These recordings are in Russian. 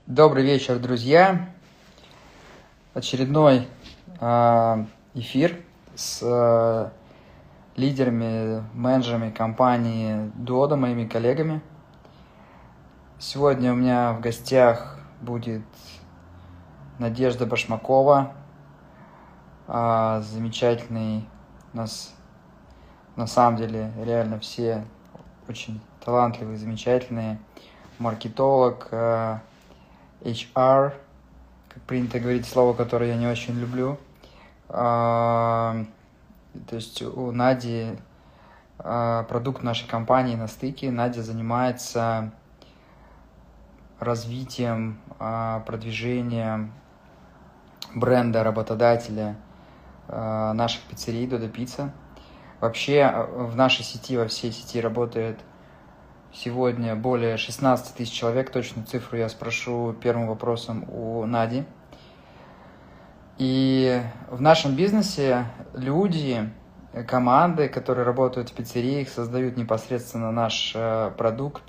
Добрый вечер, друзья. Очередной эфир с лидерами, менеджерами компании Dodo, моими коллегами. Сегодня у меня в гостях будет Надежда Башмакова, замечательный у нас, на самом деле, реально все очень талантливые, замечательные, маркетолог, HR, как принято говорить, слово, которое я не очень люблю. То есть у Нади продукт нашей компании на стыке. Надя занимается развитием, продвижением бренда, работодателя наших пиццерий Dodo Pizza. Вообще в нашей сети, во всей сети работает сегодня более 16 тысяч человек. Точную цифру я спрошу первым вопросом у Нади. И в нашем бизнесе люди, команды, которые работают в пиццериях, создают непосредственно наш продукт,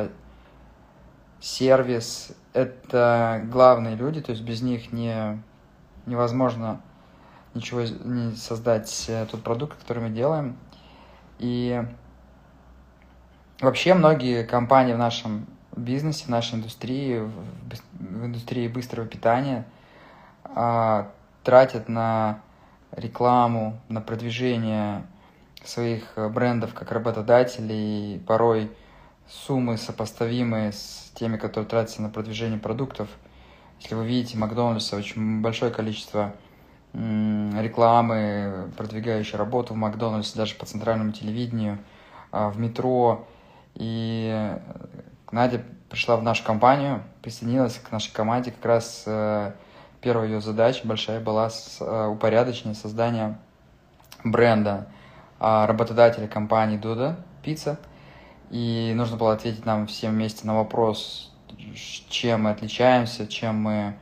сервис. Это главные люди, то есть без них невозможно ничего не создать, тот продукт, который мы делаем. И вообще многие компании в нашем бизнесе, в нашей индустрии, в индустрии быстрого питания тратят на рекламу, на продвижение своих брендов как работодателей, порой суммы сопоставимые с теми, которые тратятся на продвижение продуктов. Если вы видите, Макдональдс очень большое количество рекламы, продвигающей работу в Макдональдсе, даже по центральному телевидению, в метро. И Надя пришла в нашу компанию, присоединилась к нашей команде. Как раз первая ее задача большая была упорядочение создания бренда работодателя компании Dodo Pizza. И нужно было ответить нам всем вместе на вопрос, чем мы отличаемся, чем мы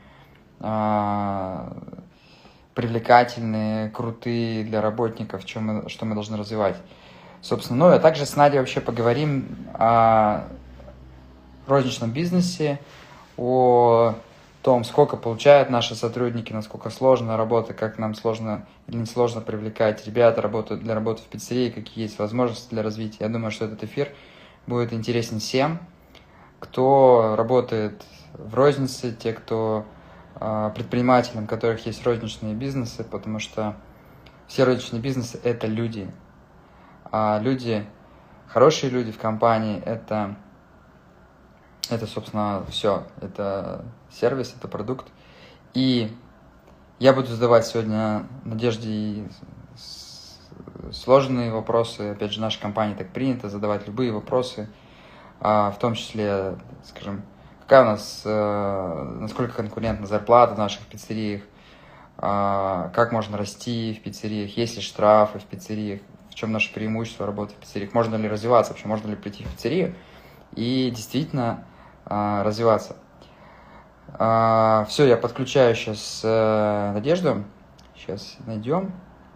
привлекательные, крутые для работников, что мы должны развивать. Собственно, а также с Надей вообще поговорим о розничном бизнесе, о том, сколько получают наши сотрудники, насколько сложна работа, как нам сложно или не сложно привлекать ребят для работы в пиццерии, какие есть возможности для развития. Я думаю, что этот эфир будет интересен всем, кто работает в рознице, те, кто предпринимателям, у которых есть розничные бизнесы, потому что все розничные бизнесы – это люди. А люди, хорошие люди в компании – это, собственно, все. Это сервис, это продукт. И я буду задавать сегодня Надежде сложные вопросы. Опять же, наша компания так принято задавать любые вопросы, в том числе, скажем, какая у нас, насколько конкурентна зарплата в наших пиццериях, как можно расти в пиццериях, есть ли штрафы в пиццериях, в чем наше преимущество работы в пиццериях, можно ли развиваться, вообще можно ли прийти в пиццерию и действительно развиваться. Все, я подключаю сейчас Надежду. Сейчас найдем.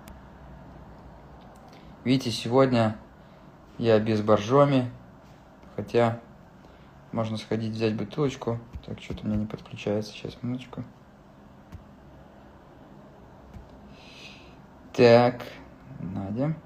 Видите, сегодня я без боржоми, хотя можно сходить взять бутылочку. Так, что-то у меня не подключается. Сейчас, минуточку. Так, Надя.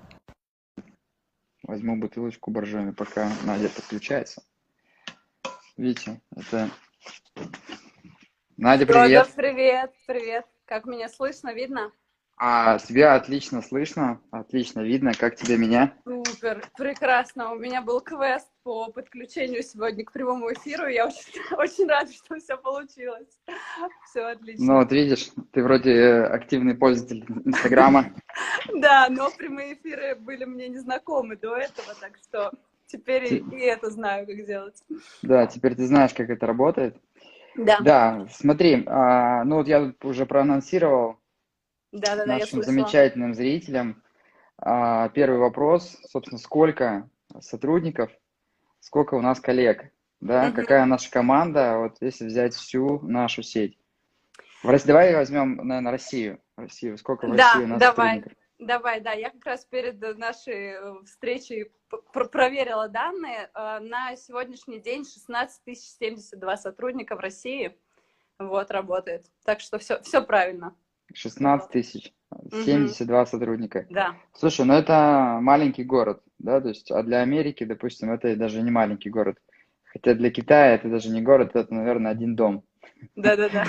Возьму бутылочку боржоми, пока Надя подключается. Видите, это... Надя, привет. Федор, привет, привет. Как меня слышно, видно? Тебя отлично слышно, отлично видно. Как тебе меня? Супер, прекрасно. У меня был квест по подключению сегодня к прямому эфиру. Я очень рада, что все получилось. Все отлично. Ну вот видишь, ты вроде активный пользователь Инстаграма. Да, но прямые эфиры были мне незнакомы до этого, так что теперь и это знаю, как делать. Да, теперь ты знаешь, как это работает. Да. Да, смотри, ну вот я тут уже проанонсировал Да, я нашим слышала. замечательным зрителям. Первый вопрос, собственно, сколько сотрудников, сколько у нас коллег, да, какая наша команда, вот если взять всю нашу сеть. Давай возьмем, наверное, Россию. Сколько в России у нас сотрудников? Давай, да, я как раз перед нашей встречей проверила данные. На сегодняшний день 16 072 сотрудника в России вот работает. Так что все правильно. 16 Вот. тысяч, Мгм. 72 сотрудника. Да. Слушай, ну это маленький город, да, то есть, а для Америки, допустим, это даже не маленький город. Хотя для Китая это даже не город, это, наверное, один дом. Да-да-да.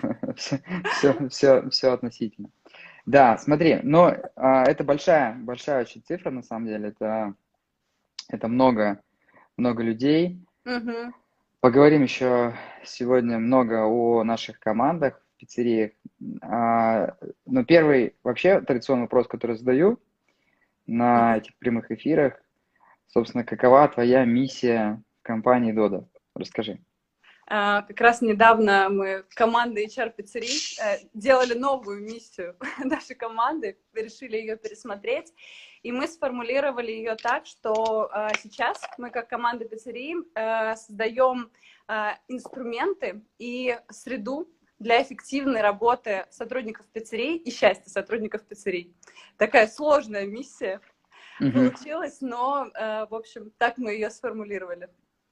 Все относительно. Да, смотри, но это большая очень цифра, на самом деле, это много людей. Мгм. Поговорим еще сегодня много о наших командах в пиццериях. Но первый вообще традиционный вопрос, который задаю на Мгм. этих прямых эфирах, собственно, какова твоя миссия в компании Dodo? Расскажи. Как раз недавно мы командой HR пиццерий делали новую миссию нашей команды, решили ее пересмотреть, и мы сформулировали ее так, что сейчас мы как команда пиццерий создаем инструменты и среду для эффективной работы сотрудников пиццерий и счастья сотрудников пиццерий. Такая сложная миссия получилась, но, в общем, так мы ее сформулировали.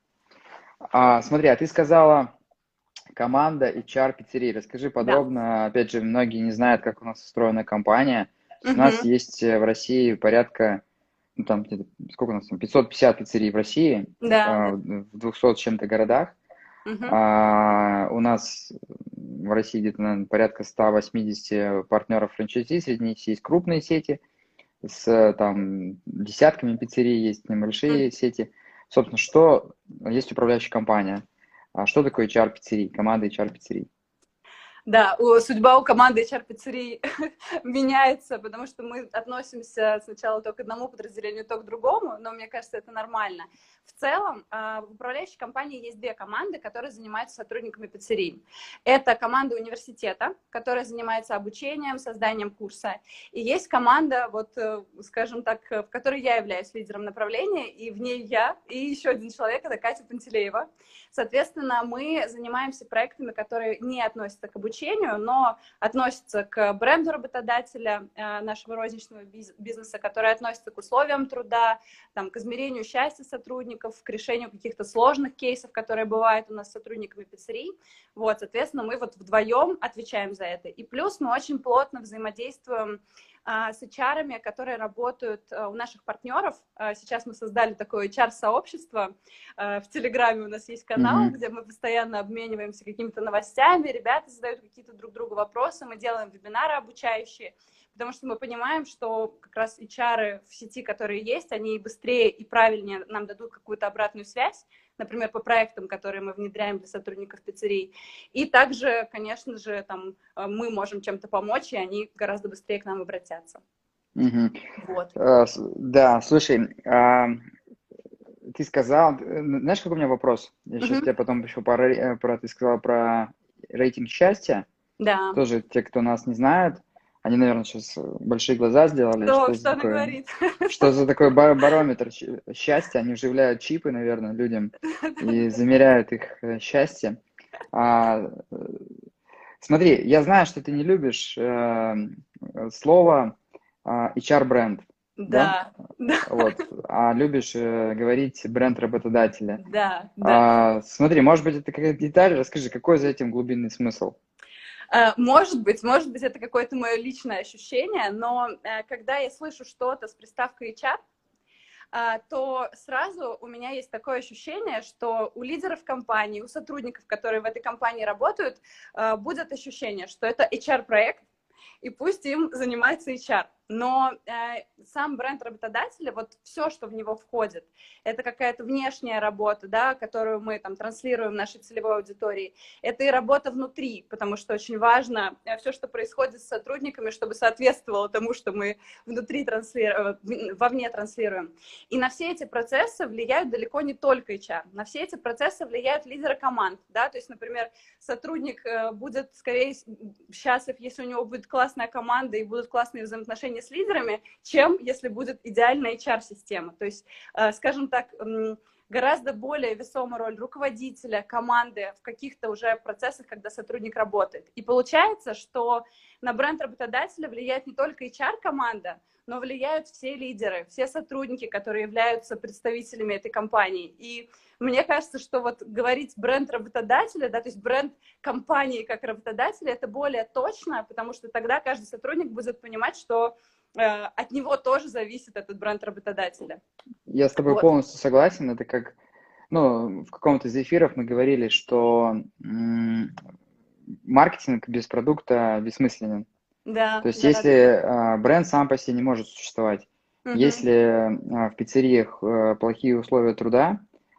Смотри, а ты сказала команда HR пиццерий. Расскажи Да. подробно. Опять же, многие не знают, как у нас устроена компания. То есть у нас Мгм. есть в России порядка, ну там где-то, сколько у нас там, 550 пиццерий в России, Да, да. в 200 с чем-то городах. Мгм. У нас в России где-то, наверное, порядка 180 партнеров франчайзи. Среди них есть крупные сети с там десятками пиццерий, есть небольшие сети. Собственно, что есть управляющая компания. Что такое HR-пиццерий, команда HR-пиццерий? Да, судьба у команды HR-пиццерий меняется, потому что мы относимся сначала то к одному подразделению, то к другому, но мне кажется, это нормально. В целом, в управляющей компании есть две команды, которые занимаются сотрудниками пиццерий. Это команда университета, которая занимается обучением, созданием курса, и есть команда, вот, скажем так, в которой я являюсь лидером направления, и в ней я, и еще один человек, это Катя Пантелеева. Соответственно, мы занимаемся проектами, которые не относятся к обучению, но относятся к бренду работодателя, нашего розничного бизнеса, которые относятся к условиям труда, там, к измерению счастья сотрудников, к решению каких-то сложных кейсов, которые бывают у нас с сотрудниками пиццерий. Вот, соответственно, мы вот вдвоем отвечаем за это. И плюс мы очень плотно взаимодействуем с HR-ами, которые работают у наших партнеров. Сейчас мы создали такое HR-сообщество. В Телеграме у нас есть канал, где мы постоянно обмениваемся какими-то новостями, ребята задают какие-то друг другу вопросы, мы делаем вебинары обучающие, потому что мы понимаем, что как раз HR в сети, которые есть, они быстрее и правильнее нам дадут какую-то обратную связь, например, по проектам, которые мы внедряем для сотрудников пиццерий. И также, конечно же, там, мы можем чем-то помочь, и они гораздо быстрее к нам обратятся. Вот. Да, слушай, ты сказал, знаешь, какой у меня вопрос? Я сейчас тебе потом еще ты сказал про рейтинг счастья. Да. Тоже те, кто нас не знают, они, наверное, сейчас большие глаза сделали. Что она говорит? Что за такой барометр счастья? Они вживляют чипы, наверное, людям и замеряют их счастье. Смотри, я знаю, что ты не любишь слово HR-бренд, да? Да. Вот. А любишь говорить бренд работодателя. Да. Смотри, может быть, это какая-то деталь. Расскажи, какой за этим глубинный смысл? Может быть, это какое-то мое личное ощущение, но когда я слышу что-то с приставкой HR, то сразу у меня есть такое ощущение, что у лидеров компании, у сотрудников, которые в этой компании работают, будет ощущение, что это HR-проект, и пусть им занимается HR. Но сам бренд работодателя, вот все, что в него входит, это какая-то внешняя работа, да, которую мы там транслируем нашей целевой аудитории. Это и работа внутри, потому что очень важно все, что происходит с сотрудниками, чтобы соответствовало тому, что мы внутри вовне транслируем. И на все эти процессы влияют далеко не только HR. На все эти процессы влияют лидеры команд, да, то есть, например, сотрудник будет скорее счастлив, если у него будет классная команда и будут классные взаимоотношения с лидерами, чем если будет идеальная HR-система. То есть, скажем так, гораздо более весомая роль руководителя, команды в каких-то уже процессах, когда сотрудник работает. И получается, что на бренд работодателя влияет не только HR-команда, но влияют все лидеры, все сотрудники, которые являются представителями этой компании. И мне кажется, что вот говорить бренд работодателя, да, то есть бренд компании как работодателя, это более точно, потому что тогда каждый сотрудник будет понимать, что от него тоже зависит этот бренд работодателя. Я с тобой Вот. полностью согласен. Это как, ну, в каком-то из эфиров мы говорили, что маркетинг без продукта бессмысленен. Да, То есть да, если бренд сам по себе не может существовать, Мгм. если в пиццериях плохие условия труда,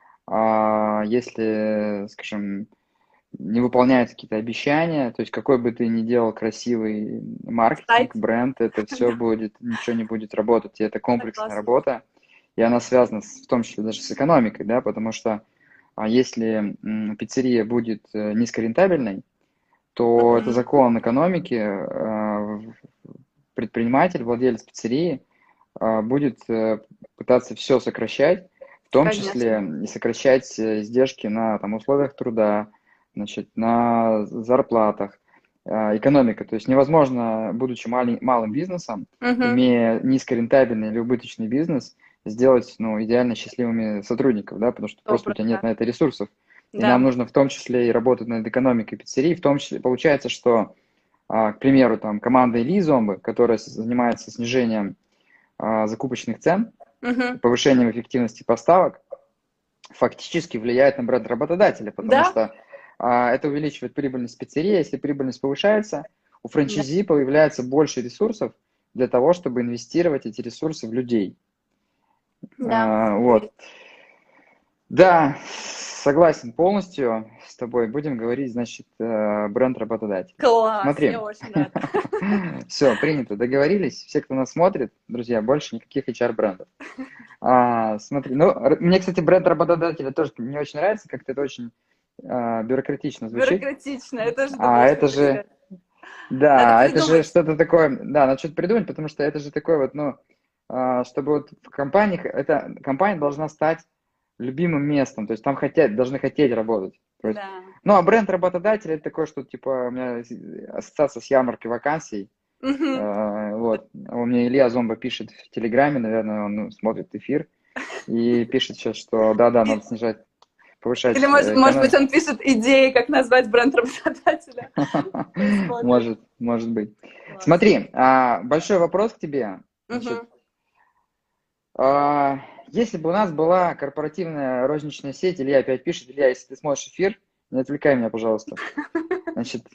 если, скажем, не выполняются какие-то обещания, то есть какой бы ты ни делал красивый маркетинг, Сайт. бренд, это все будет, ничего не будет работать, и это комплексная Согласна. работа, и она связана в том числе даже с экономикой, да, потому что если пиццерия будет низкорентабельной, то это Мгм. закон экономики, предприниматель, владелец пиццерии будет пытаться все сокращать, в том числе Конечно. и сокращать издержки на там, условиях труда, значит, на зарплатах, экономика. То есть невозможно, будучи малым бизнесом, Мгм. имея низкорентабельный или убыточный бизнес, сделать ну, идеально счастливыми сотрудников, да, потому что просто у тебя нет 100%. на это ресурсов. И нам Да. нужно в том числе и работать над экономикой пиццерии, в том числе получается, что, к примеру, там команда Ильи Зомбы, которая занимается снижением закупочных цен, Мгм. повышением эффективности поставок, фактически влияет на бренд работодателя, потому Да. что это увеличивает прибыльность пиццерии. Если прибыльность повышается, у Да. франчайзи появляется больше ресурсов для того, чтобы инвестировать эти ресурсы в людей. Да. Вот. Да, согласен полностью с тобой. Будем говорить, значит, бренд работодателя. Класс, я Смотри, очень рада. все, принято, договорились. Все, кто нас смотрит, друзья, больше никаких HR-брендов. Смотри, ну, мне, кстати, бренд работодателя тоже не очень нравится, как-то это очень бюрократично звучит. Бюрократично, я тоже А думала, что это ты же, скажешь. Надо да, это же придумать. что-то такое, да, надо что-то придумать, потому что это же такое вот, ну, чтобы вот в компаниях, эта компания должна стать любимым местом, то есть там должны хотеть работать. То есть, Да. ну, а бренд работодателя это такое, что, типа, у меня ассоциация с ярмаркой вакансий, Мгм. вот. У меня Илья Зомба пишет в Телеграме, наверное, он смотрит эфир, и пишет сейчас, что да-да, надо снижать, Или, повышать может быть, экономику. он пишет идеи, как назвать бренд работодателя. Посмотрим. Может быть. Класс. Смотри, большой вопрос к тебе. Значит, Мгм. если бы у нас была корпоративная розничная сеть, Илья опять пишет, Илья, если ты смотришь эфир, не отвлекай меня, пожалуйста. Значит,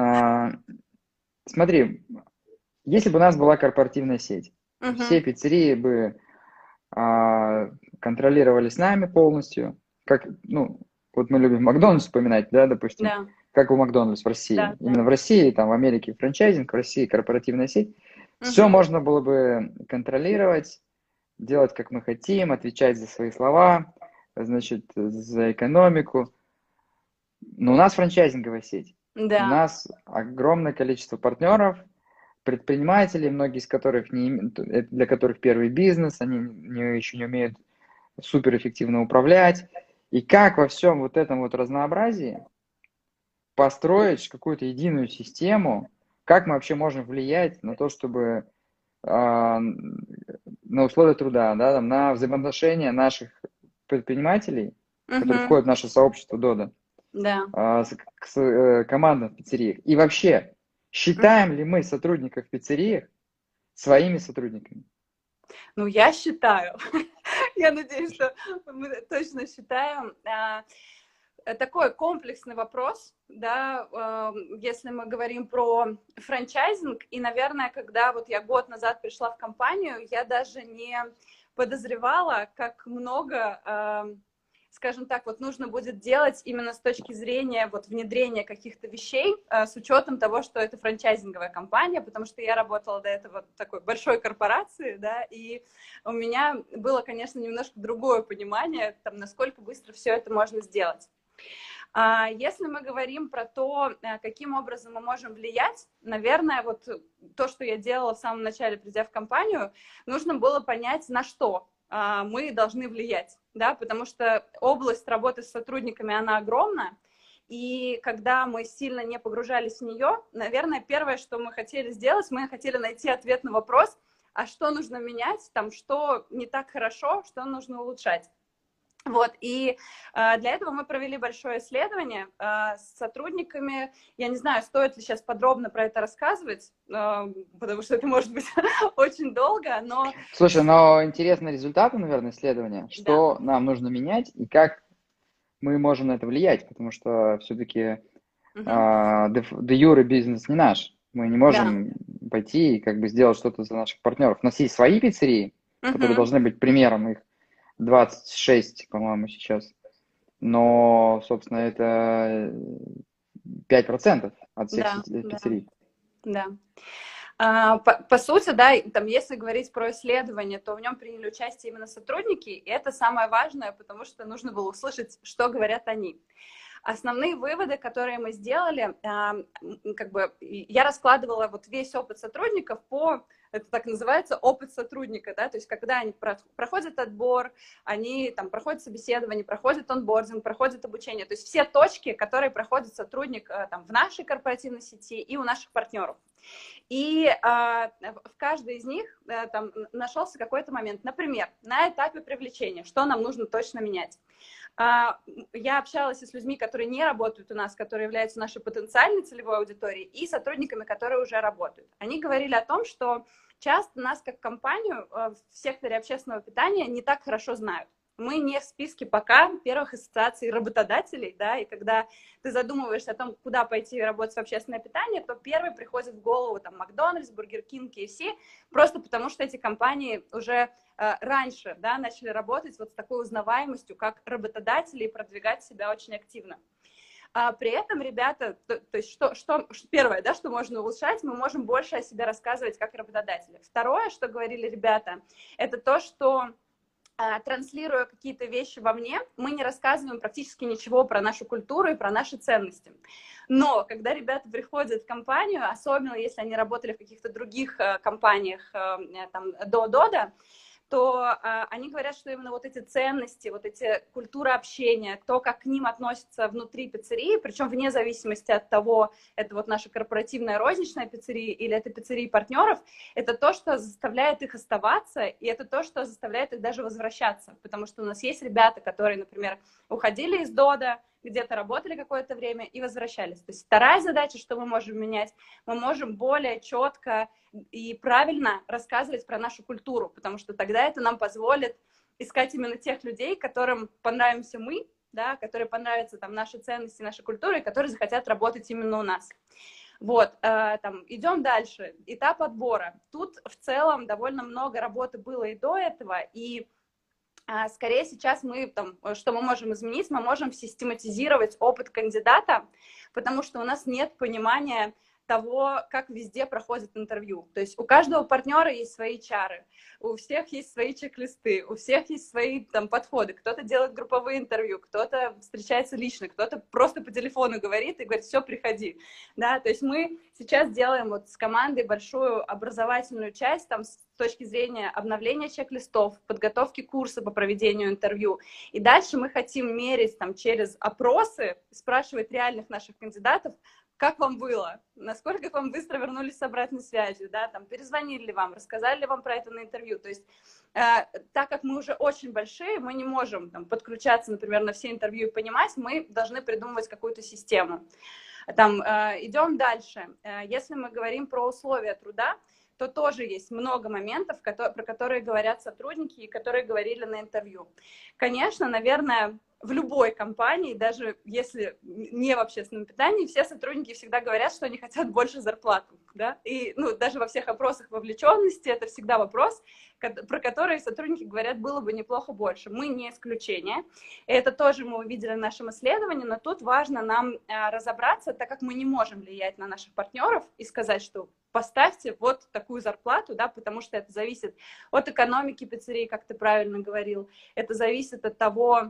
смотри, если бы у нас была корпоративная сеть, все Мгм. пиццерии бы контролировались нами полностью, как, ну, вот мы любим Макдональдс вспоминать, да, допустим, Да, как у Макдональдс в да, России. да. Именно в России, там в Америке франчайзинг, в России корпоративная сеть. Все Мгм. можно было бы контролировать, делать как мы хотим, отвечать за свои слова, значит, за экономику. Но у нас франчайзинговая сеть. У Да. нас огромное количество партнеров, предпринимателей, многие из которых для которых первый бизнес, они еще не умеют суперэффективно управлять. И как во всем вот этом вот разнообразии построить какую-то единую систему, как мы вообще можем влиять на то, чтобы на условия труда, да, там, на взаимоотношения наших предпринимателей, которые Мгм. входят в наше сообщество ДОДА, Да. с командам в пиццериях. И вообще, Мгм. считаем ли мы сотрудников в пиццериях своими сотрудниками? Ну, я считаю. Я надеюсь, что мы точно считаем. Такой комплексный вопрос, да, если мы говорим про франчайзинг, и, наверное, когда вот я год назад пришла в компанию, я даже не подозревала, как много, скажем так, вот нужно будет делать именно с точки зрения вот внедрения каких-то вещей, с учетом того, что это франчайзинговая компания, потому что я работала до этого в такой большой корпорации, да, и у меня было, конечно, немножко другое понимание, там, насколько быстро все это можно сделать. Если мы говорим про то, каким образом мы можем влиять, наверное, вот то, что я делала в самом начале, придя в компанию, нужно было понять, на что мы должны влиять. да, потому что область работы с сотрудниками, она огромна, и когда мы сильно не погружались в нее, наверное, первое, что мы хотели сделать, мы хотели найти ответ на вопрос, а что нужно менять, там, что не так хорошо, что нужно улучшать. Вот, и для этого мы провели большое исследование с сотрудниками. Я не знаю, стоит ли сейчас подробно про это рассказывать, потому что это может быть очень долго, но... Слушай, но интересны результаты, наверное, исследования. Да. Что нам нужно менять и как мы можем на это влиять, потому что все-таки де юре бизнес не наш. Мы не Да. можем пойти и как бы сделать что-то за наших партнеров. У нас есть свои пиццерии, которые должны быть примером, их 26, по-моему, сейчас. Но, собственно, это 5% от всех Да, да, пиццерий. да. По сути, да, там, если говорить про исследование, то в нем приняли участие именно сотрудники, и это самое важное, потому что нужно было услышать, что говорят они. Основные выводы, которые мы сделали, как бы я раскладывала вот весь опыт сотрудников по, это так называется, опыт сотрудника, да, то есть когда они проходят отбор, они там проходят собеседование, проходят онбординг, проходят обучение, то есть все точки, которые проходит сотрудник там в нашей корпоративной сети и у наших партнеров. И в каждой из них там нашелся какой-то момент. Например, на этапе привлечения, что нам нужно точно менять. Я общалась и с людьми, которые не работают у нас, которые являются нашей потенциальной целевой аудиторией, и сотрудниками, которые уже работают. Они говорили о том, что часто нас как компанию в секторе общественного питания не так хорошо знают. Мы не в списке пока первых ассоциаций работодателей, да, и когда ты задумываешься о том, куда пойти работать в общественное питание, то первый приходит в голову там Макдональдс, Бургер Кинг, KFC, просто потому что эти компании уже раньше, да, начали работать вот с такой узнаваемостью, как работодатели, и продвигать себя очень активно. При этом, ребята, то есть что первое, да, что можно улучшать, мы можем больше о себе рассказывать как работодатели. Второе, что говорили ребята, это то, что транслируя какие-то вещи вовне, мы не рассказываем практически ничего про нашу культуру и про наши ценности. Но когда ребята приходят в компанию, особенно если они работали в каких-то других компаниях там, до Дода, то они говорят, что именно вот эти ценности, вот эти культура общения, то, как к ним относятся внутри пиццерии, причем вне зависимости от того, это вот наша корпоративная розничная пиццерия или это пиццерии партнеров, это то, что заставляет их оставаться, и это то, что заставляет их даже возвращаться, потому что у нас есть ребята, которые, например, уходили из Дода, где-то работали какое-то время и возвращались. То есть вторая задача, что мы можем менять, мы можем более четко и правильно рассказывать про нашу культуру, потому что тогда это нам позволит искать именно тех людей, которым понравимся мы, да, которые понравятся там наши ценности, наша культура, и которые захотят работать именно у нас. Вот, там, идем дальше. Этап отбора. Тут в целом довольно много работы было и до этого, и скорее сейчас мы, там, что мы можем изменить, мы можем систематизировать опыт кандидата, потому что у нас нет понимания того, как везде проходит интервью. То есть у каждого партнера есть свои чары, у всех есть свои чек-листы, у всех есть свои там подходы. Кто-то делает групповые интервью, кто-то встречается лично, кто-то просто по телефону говорит и говорит: все, приходи. Да? То есть мы сейчас делаем вот с командой большую образовательную часть там, с точки зрения обновления чек-листов, подготовки курса по проведению интервью. И дальше мы хотим мерить там, через опросы, спрашивать реальных наших кандидатов, как вам было, насколько к вам быстро вернулись с обратной связью, да, там, перезвонили ли вам, рассказали ли вам про это на интервью. То есть, так как мы уже очень большие, мы не можем там, подключаться, например, на все интервью и понимать, мы должны придумывать какую-то систему. Там, идем дальше. Если мы говорим про условия труда, то тоже есть много моментов, про которые говорят сотрудники и которые говорили на интервью. Конечно, наверное, в любой компании, даже если не в общественном питании, все сотрудники всегда говорят, что они хотят больше зарплаты. Да? И ну, даже во всех опросах вовлеченности это всегда вопрос, про который сотрудники говорят, было бы неплохо больше. Мы не исключение. И это тоже мы увидели в нашем исследовании, но тут важно нам разобраться, так как мы не можем влиять на наших партнеров и сказать, что поставьте вот такую зарплату, да, потому что это зависит от экономики пиццерии, как ты правильно говорил, это зависит от того,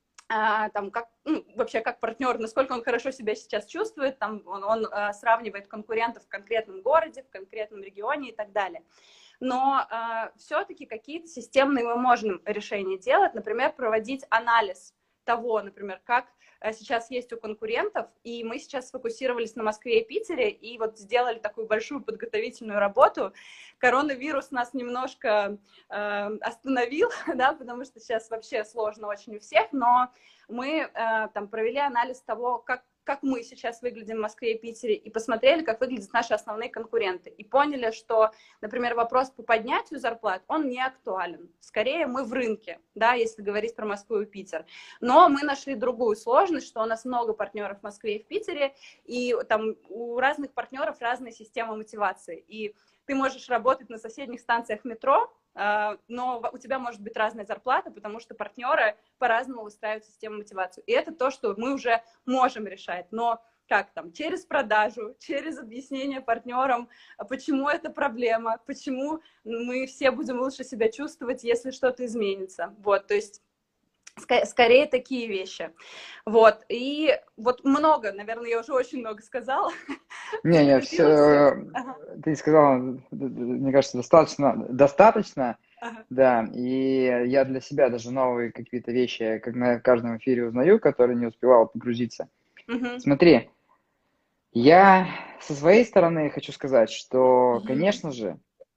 там, как, ну, вообще как партнер, насколько он хорошо себя сейчас чувствует, там, он сравнивает конкурентов в конкретном городе, в конкретном регионе и так далее. но все-таки какие-то системные мы можем решения делать, например, проводить анализ того, например, как сейчас есть у конкурентов, и мы сейчас сфокусировались на Москве и Питере, и вот сделали такую большую подготовительную работу. Коронавирус нас немножко остановил, да, потому что сейчас вообще сложно очень у всех, но мы там провели анализ того, как мы сейчас выглядим в Москве и Питере, и посмотрели, как выглядят наши основные конкуренты, и поняли, что, например, вопрос по поднятию зарплат, он не актуален. Скорее, мы в рынке, да, если говорить про Москву и Питер. Но мы нашли другую сложность, что у нас много партнеров в Москве и в Питере, и там у разных партнеров разные системы мотивации. И ты можешь работать на соседних станциях метро, но у тебя может быть разная зарплата, потому что партнеры по-разному выстраивают систему мотивации. И это то, что мы уже можем решать. Но как там, через продажу, через объяснение партнерам, почему это проблема, почему мы все будем лучше себя чувствовать, если что-то изменится. Вот, то есть скорее такие вещи. Вот, и вот много, наверное, я уже очень много сказала. Не, все, ты сказала, мне кажется, достаточно, Ага. да, и я для себя даже новые какие-то вещи, как на каждом эфире узнаю, которые не успевал погрузиться. Угу. Смотри, я со своей стороны хочу сказать, что, конечно же,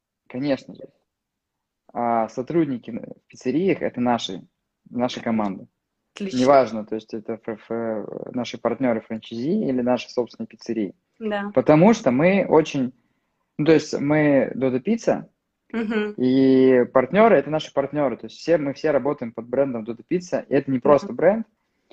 сотрудники в пиццериях – это наша команда. Отлично. Неважно, то есть это наши партнеры франчайзи или наши собственные пиццерии. Да. Потому что мы очень... Ну, то есть мы Додо Пицца, и партнеры – это наши партнеры. То есть мы все работаем под брендом Додо Пицца. И это не просто бренд,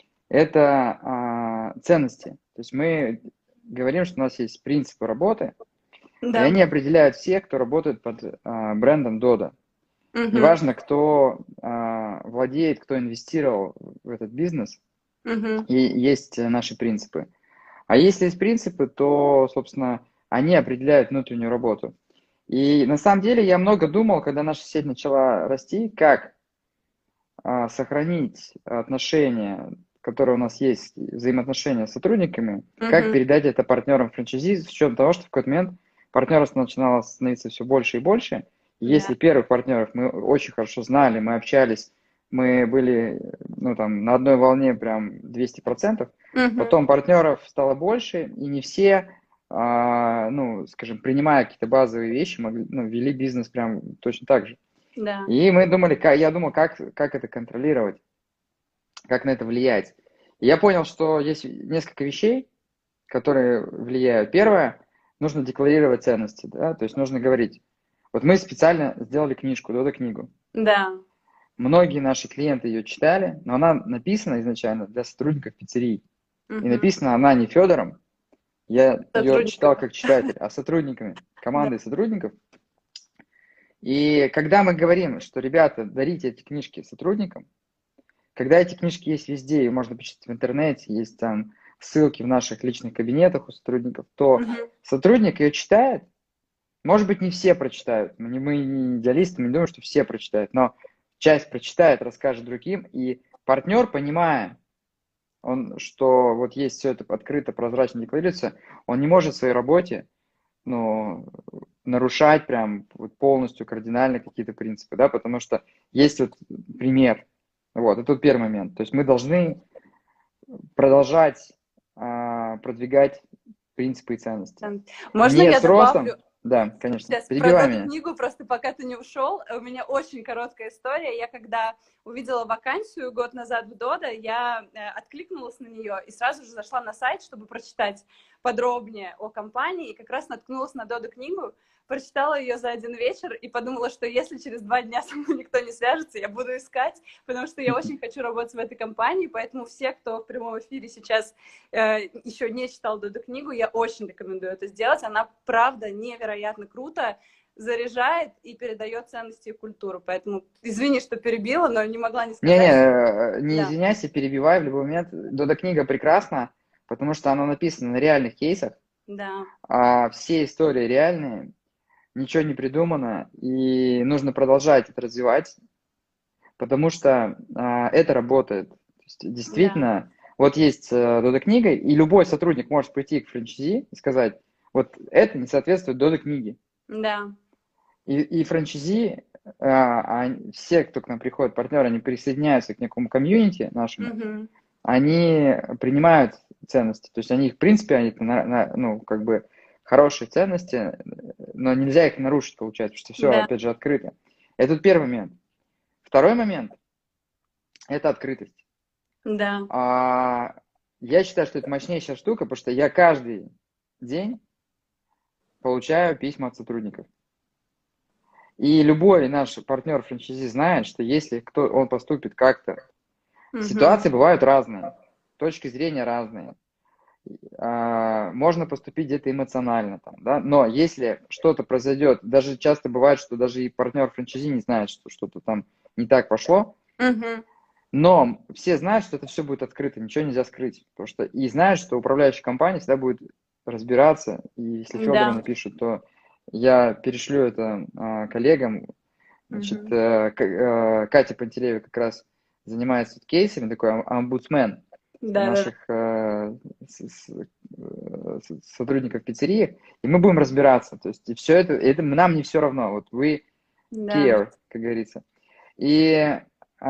это ценности. То есть мы говорим, что у нас есть принципы работы, Да. и они определяют всех, кто работает под брендом Додо. Неважно, кто владеет, кто инвестировал в этот бизнес, и есть наши принципы. А если есть принципы, то, собственно, они определяют внутреннюю работу. И на самом деле я много думал, когда наша сеть начала расти, как сохранить отношения, которые у нас есть, взаимоотношения с сотрудниками, как передать это партнерам франчайзи, с учетом того, что в какой-то момент партнеров начинало становиться все больше и больше. И если первых партнеров мы очень хорошо знали, мы общались, мы были на одной волне прям 200%, потом партнеров стало больше, и не все, скажем, принимая какие-то базовые вещи, вели бизнес прям точно так же. Да. И мы думали, я думал, как это контролировать, как на это влиять. И я понял, что есть несколько вещей, которые влияют. Первое, нужно декларировать ценности, да, то есть нужно говорить. Вот мы специально сделали книжку, Додо-книгу. Да. Многие наши клиенты ее читали, но она написана изначально для сотрудников пиццерий. И написана она не Федором, я ее читал как читатель, а сотрудниками, командой сотрудников. И когда мы говорим, что, ребята, дарите эти книжки сотрудникам, когда эти книжки есть везде, и можно почитать в интернете, есть там ссылки в наших личных кабинетах у сотрудников, то сотрудник ее читает. Может быть, не все прочитают. Мы не идеалисты, мы не думаем, что все прочитают, но часть прочитает, расскажет другим, и партнер, понимая, что вот есть все это открыто, прозрачно декларируется, он не может в своей работе нарушать прям полностью кардинально какие-то принципы, да, потому что есть вот пример. Вот, это вот первый момент. То есть мы должны продолжать продвигать принципы и ценности. Можно я добавлю? Да, конечно. Сейчас про эту книгу, просто пока ты не ушел, у меня очень короткая история. Я когда увидела вакансию год назад в Додо, я откликнулась на нее и сразу же зашла на сайт, чтобы прочитать подробнее о компании, и как раз наткнулась на Додо книгу, прочитала ее за один вечер и подумала, что если через 2 дня со мной никто не свяжется, я буду искать, потому что я очень хочу работать в этой компании, поэтому все, кто в прямом эфире сейчас еще не читал Додо книгу, я очень рекомендую это сделать. Она, правда, невероятно круто заряжает и передает ценности и культуру. Поэтому извини, что перебила, но не могла не сказать. Не извиняйся, перебивай в любой момент. Додо книга прекрасна, потому что она написана на реальных кейсах. Да. Все истории реальные. Ничего не придумано, и нужно продолжать это развивать, потому что это работает. То есть, действительно, вот есть Додо книга, и любой сотрудник может прийти к франчайзи и сказать, вот это не соответствует Додо книге. Да. И франчайзи, все, кто к нам приходит, партнеры, они присоединяются к некому комьюнити нашему, они принимают ценности. То есть они, в принципе, они, ну, как бы хорошие ценности, но нельзя их нарушить, получается, потому что все, Да, опять же, открыто. Это первый момент. Второй момент – это открытость. да. Я считаю, что это мощнейшая штука, потому что я каждый день получаю письма от сотрудников. И любой наш партнер франчайзи знает, что если он поступит как-то, ситуации бывают разные, точки зрения разные. Можно поступить где-то эмоционально, там, да? Но если что-то произойдет, даже часто бывает, что даже и партнер франчайзи не знает, что что-то там не так пошло, но все знают, что это все будет открыто, ничего нельзя скрыть, потому что и знают, что управляющая компания всегда будет разбираться, и если Федору напишут, то я перешлю это коллегам. Значит, Катя Пантелеева как раз занимается кейсами, такой омбудсмен наших сотрудников пиццерии, и мы будем разбираться. То есть и все это нам не все равно. Вот вы care, как говорится. И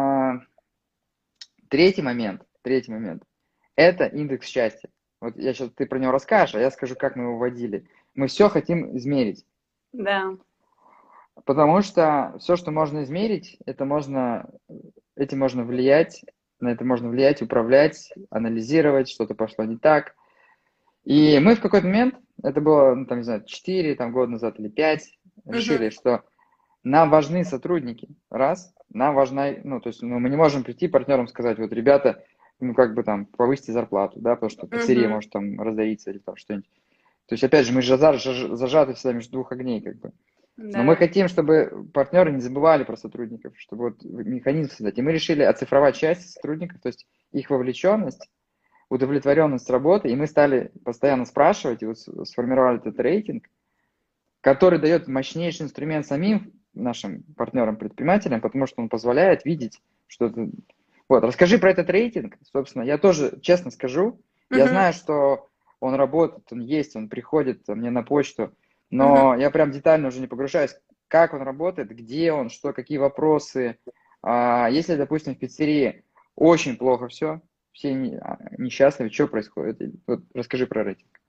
третий момент, это индекс счастья. Вот я сейчас, ты про него расскажешь, а я скажу, как мы его вводили. Мы все хотим измерить. Да. Потому что все, что можно измерить, этим можно влиять, на это можно влиять, управлять, анализировать, что-то пошло не так. И мы в какой-то момент, это было, ну, там, не знаю, 4 года назад или 5, решили, что нам важны сотрудники, раз, нам важна, ну, то есть, ну, мы не можем прийти партнерам сказать, вот, ребята, ну, как бы там, повысьте зарплату, да, потому что пиццерия может там разориться или там что-нибудь. То есть, опять же, мы же зажаты всегда между двух огней, как бы. Но мы хотим, чтобы партнеры не забывали про сотрудников, чтобы вот механизм создать. И мы решили оцифровать часть сотрудников, то есть их вовлеченность, удовлетворенность работы, и мы стали постоянно спрашивать, и вот сформировали этот рейтинг, который дает мощнейший инструмент самим нашим партнерам-предпринимателям, потому что он позволяет видеть что-то. Вот, расскажи про этот рейтинг, собственно. Я тоже, честно скажу, я знаю, что он работает, он есть, он приходит мне на почту, но я прям детально уже не погружаюсь, как он работает, где он, что, какие вопросы. Если, допустим, в пиццерии очень плохо все несчастливы, что происходит? Вот расскажи про рейтинг.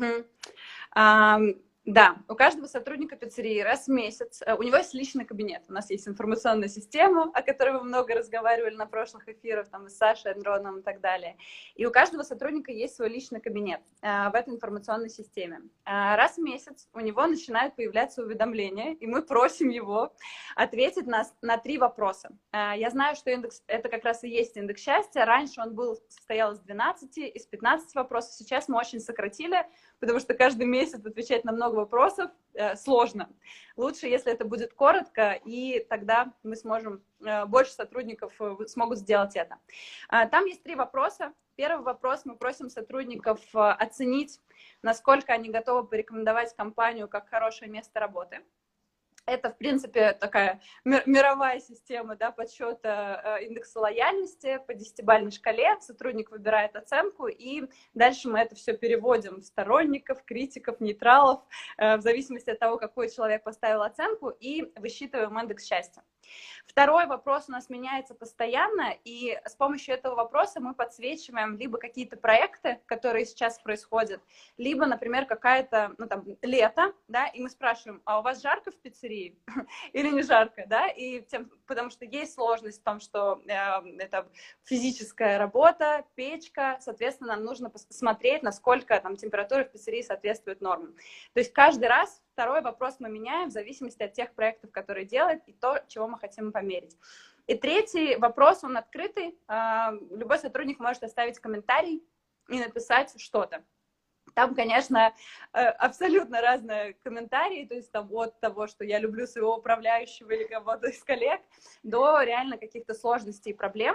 Да, у каждого сотрудника пиццерии раз в месяц, у него есть личный кабинет. У нас есть информационная система, о которой мы много разговаривали на прошлых эфирах, там, с Сашей, Андроном и так далее. И у каждого сотрудника есть свой личный кабинет в этой информационной системе. Раз в месяц у него начинают появляться уведомления, и мы просим его ответить на 3 вопроса. Я знаю, что индекс, это как раз и есть индекс счастья. Раньше он состоял из 12, из 15 вопросов. Сейчас мы очень сократили, потому что каждый месяц отвечать на много вопросов сложно. Лучше, если это будет коротко, и тогда мы сможем, больше сотрудников смогут сделать это. Там есть 3 вопроса. Первый вопрос: мы просим сотрудников оценить, насколько они готовы порекомендовать компанию как хорошее место работы. Это, в принципе, такая мировая система, да, подсчета индекса лояльности по 10-бальной шкале. Сотрудник выбирает оценку, и дальше мы это все переводим в сторонников, критиков, нейтралов, в зависимости от того, какой человек поставил оценку, и высчитываем индекс счастья. Второй вопрос у нас меняется постоянно, и с помощью этого вопроса мы подсвечиваем либо какие-то проекты, которые сейчас происходят, либо, например, какая-то, ну, там, лето, да, и мы спрашиваем, а у вас жарко в пиццерии или не жарко, да, и потому что есть сложность в том, что это физическая работа, печка, соответственно, нам нужно смотреть, насколько там температура в пиццерии соответствует нормам. То есть каждый раз второй вопрос мы меняем в зависимости от тех проектов, которые делают, и то, чего мы хотим померить. И третий вопрос, он открытый. Любой сотрудник может оставить комментарий и написать что-то. Там, конечно, абсолютно разные комментарии, то есть там от того, что я люблю своего управляющего или кого-то из коллег, до реально каких-то сложностей и проблем.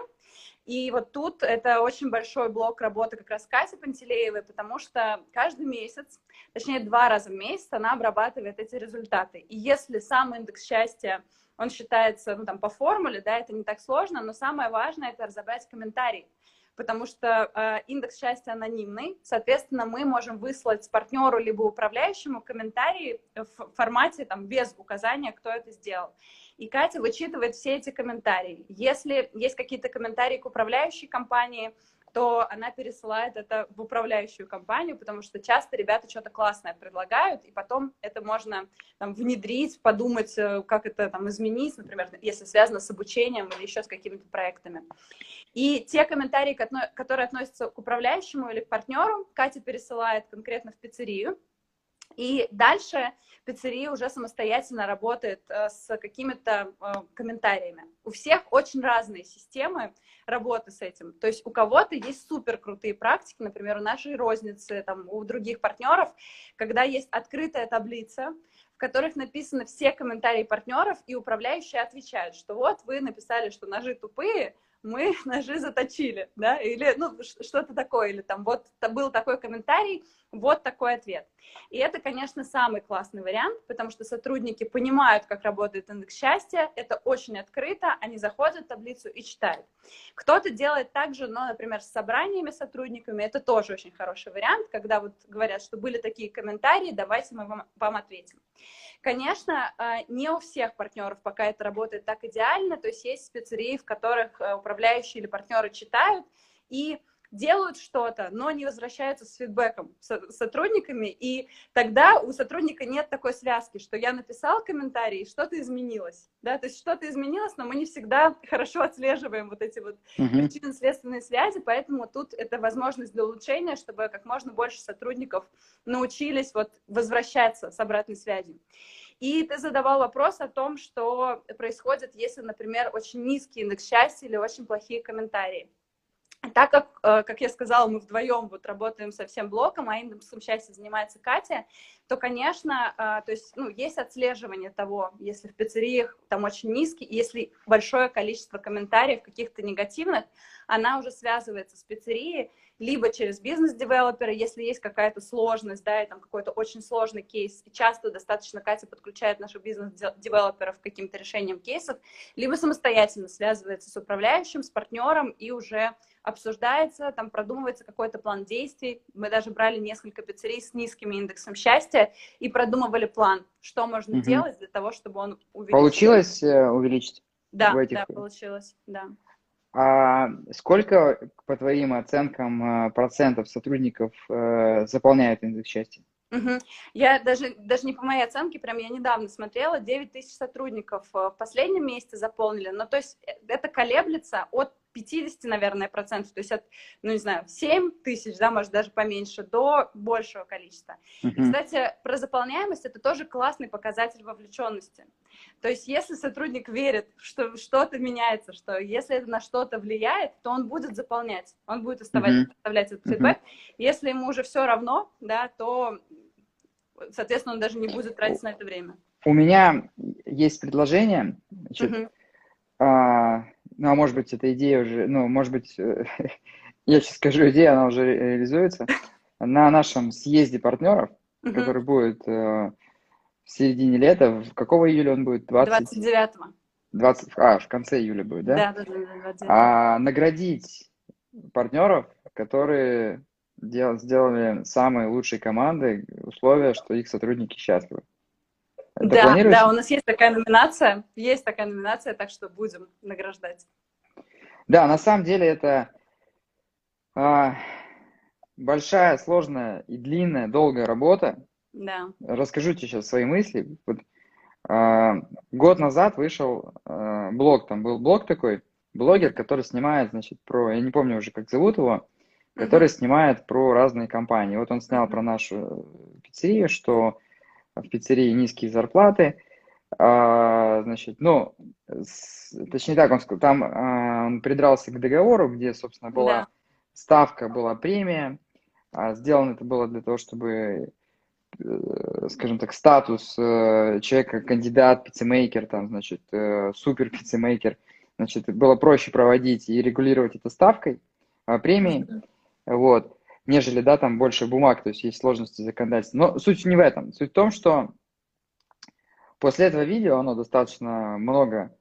И вот тут это очень большой блок работы как раз Кати Пантелеевой, потому что каждый месяц, точнее 2 раза в месяц, она обрабатывает эти результаты. И если сам индекс счастья, он считается, ну, там, по формуле, да, это не так сложно, но самое важное — это разобрать комментарии. потому что индекс счастья анонимный, соответственно, мы можем выслать партнеру либо управляющему комментарии в формате там, без указания, кто это сделал. И Катя вычитывает все эти комментарии. Если есть какие-то комментарии к управляющей компании, то она пересылает это в управляющую компанию, потому что часто ребята что-то классное предлагают, и потом это можно там, внедрить, подумать, как это там, изменить, например, если связано с обучением или еще с какими-то проектами. И те комментарии, которые относятся к управляющему или к партнеру, Катя пересылает конкретно в пиццерию, и дальше пиццерия уже самостоятельно работает с какими-то комментариями. У всех очень разные системы работы с этим. То есть у кого-то есть супер крутые практики, например, у нашей розницы, там, у других партнеров, когда есть открытая таблица, в которых написаны все комментарии партнеров, и управляющие отвечают, что вот вы написали, что ножи тупые, мы ножи заточили, да, или ну, что-то такое, или там вот был такой комментарий, вот такой ответ. И это, конечно, самый классный вариант, потому что сотрудники понимают, как работает индекс счастья, это очень открыто, они заходят в таблицу и читают. Кто-то делает так же, но, например, с собраниями сотрудниками, это тоже очень хороший вариант, когда вот говорят, что были такие комментарии, давайте мы вам ответим. Конечно, не у всех партнеров пока это работает так идеально, то есть есть спецерии, в которых управляющие или партнеры читают и делают что-то, но не возвращаются с фидбэком с сотрудниками, и тогда у сотрудника нет такой связки, что я написал комментарий, и что-то изменилось, да, то есть что-то изменилось, но мы не всегда хорошо отслеживаем вот эти вот причинно-следственные связи, поэтому тут это возможность для улучшения, чтобы как можно больше сотрудников научились вот возвращаться с обратной связью. И ты задавал вопрос о том, что происходит, если, например, очень низкий индекс счастья или очень плохие комментарии. Так как я сказала, мы вдвоем вот работаем со всем блоком, а индексом счастья занимается Катя, то, конечно, то есть, ну, есть отслеживание того, если в пиццериях там очень низкий, если большое количество комментариев каких-то негативных, она уже связывается с пиццерией, либо через бизнес-девелопера, если есть какая-то сложность, да, и там какой-то очень сложный кейс, и часто достаточно Катя подключает наших бизнес-девелоперов к каким-то решениям кейсов, либо самостоятельно связывается с управляющим, с партнером, и уже обсуждается, там продумывается какой-то план действий. Мы даже брали несколько пиццерий с низким индексом счастья и продумывали план, что можно делать для того, чтобы он увеличился. Получилось увеличить? Да, да, получилось, да. А сколько, по твоим оценкам, процентов сотрудников заполняют индекс счастья? Я даже не по моей оценке, прям я недавно смотрела, 9 тысяч сотрудников в последнем месяце заполнили, но то есть это колеблется от 50, наверное, процентов, то есть от, ну не знаю, 7 тысяч, да, может даже поменьше, до большего количества. И, кстати, про заполняемость это тоже классный показатель вовлеченности. То есть если сотрудник верит, что что-то меняется, что если это на что-то влияет, то он будет заполнять, он будет оставлять этот фидбэк. Если ему уже все равно, да, то, соответственно, он даже не будет тратить на это время. У меня есть предложение, значит, ну, а может быть, эта идея уже, ну, может быть, я сейчас скажу идею, она уже реализуется. На нашем съезде партнеров, который будет в середине лета, какого июля он будет? 29-го. В конце июля будет, да? Да, 29-го. Наградить партнеров, которые сделали самые лучшие команды, условия, что их сотрудники счастливы. Да, у нас есть такая номинация, так что будем награждать. Да, на самом деле это большая, сложная и длинная, долгая работа. Да. Расскажу тебе сейчас свои мысли. Вот, год назад вышел блог, там был блог такой, блогер, который снимает, значит, я не помню уже, как зовут его, который снимает про разные компании. Вот он снял про нашу пиццерию, что в пиццерии низкие зарплаты, значит, ну, точнее так, он сказал, там он придрался к договору, где, собственно, была ставка, была премия, сделано это было для того, чтобы, скажем так, статус человека, кандидат, пиццемейкер, там, значит, супер пиццемейкер, значит, было проще проводить и регулировать это ставкой, премией, вот, нежели, да, там больше бумаг, то есть есть сложности законодательства. Но суть не в этом. Суть в том, что после этого видео оно достаточно много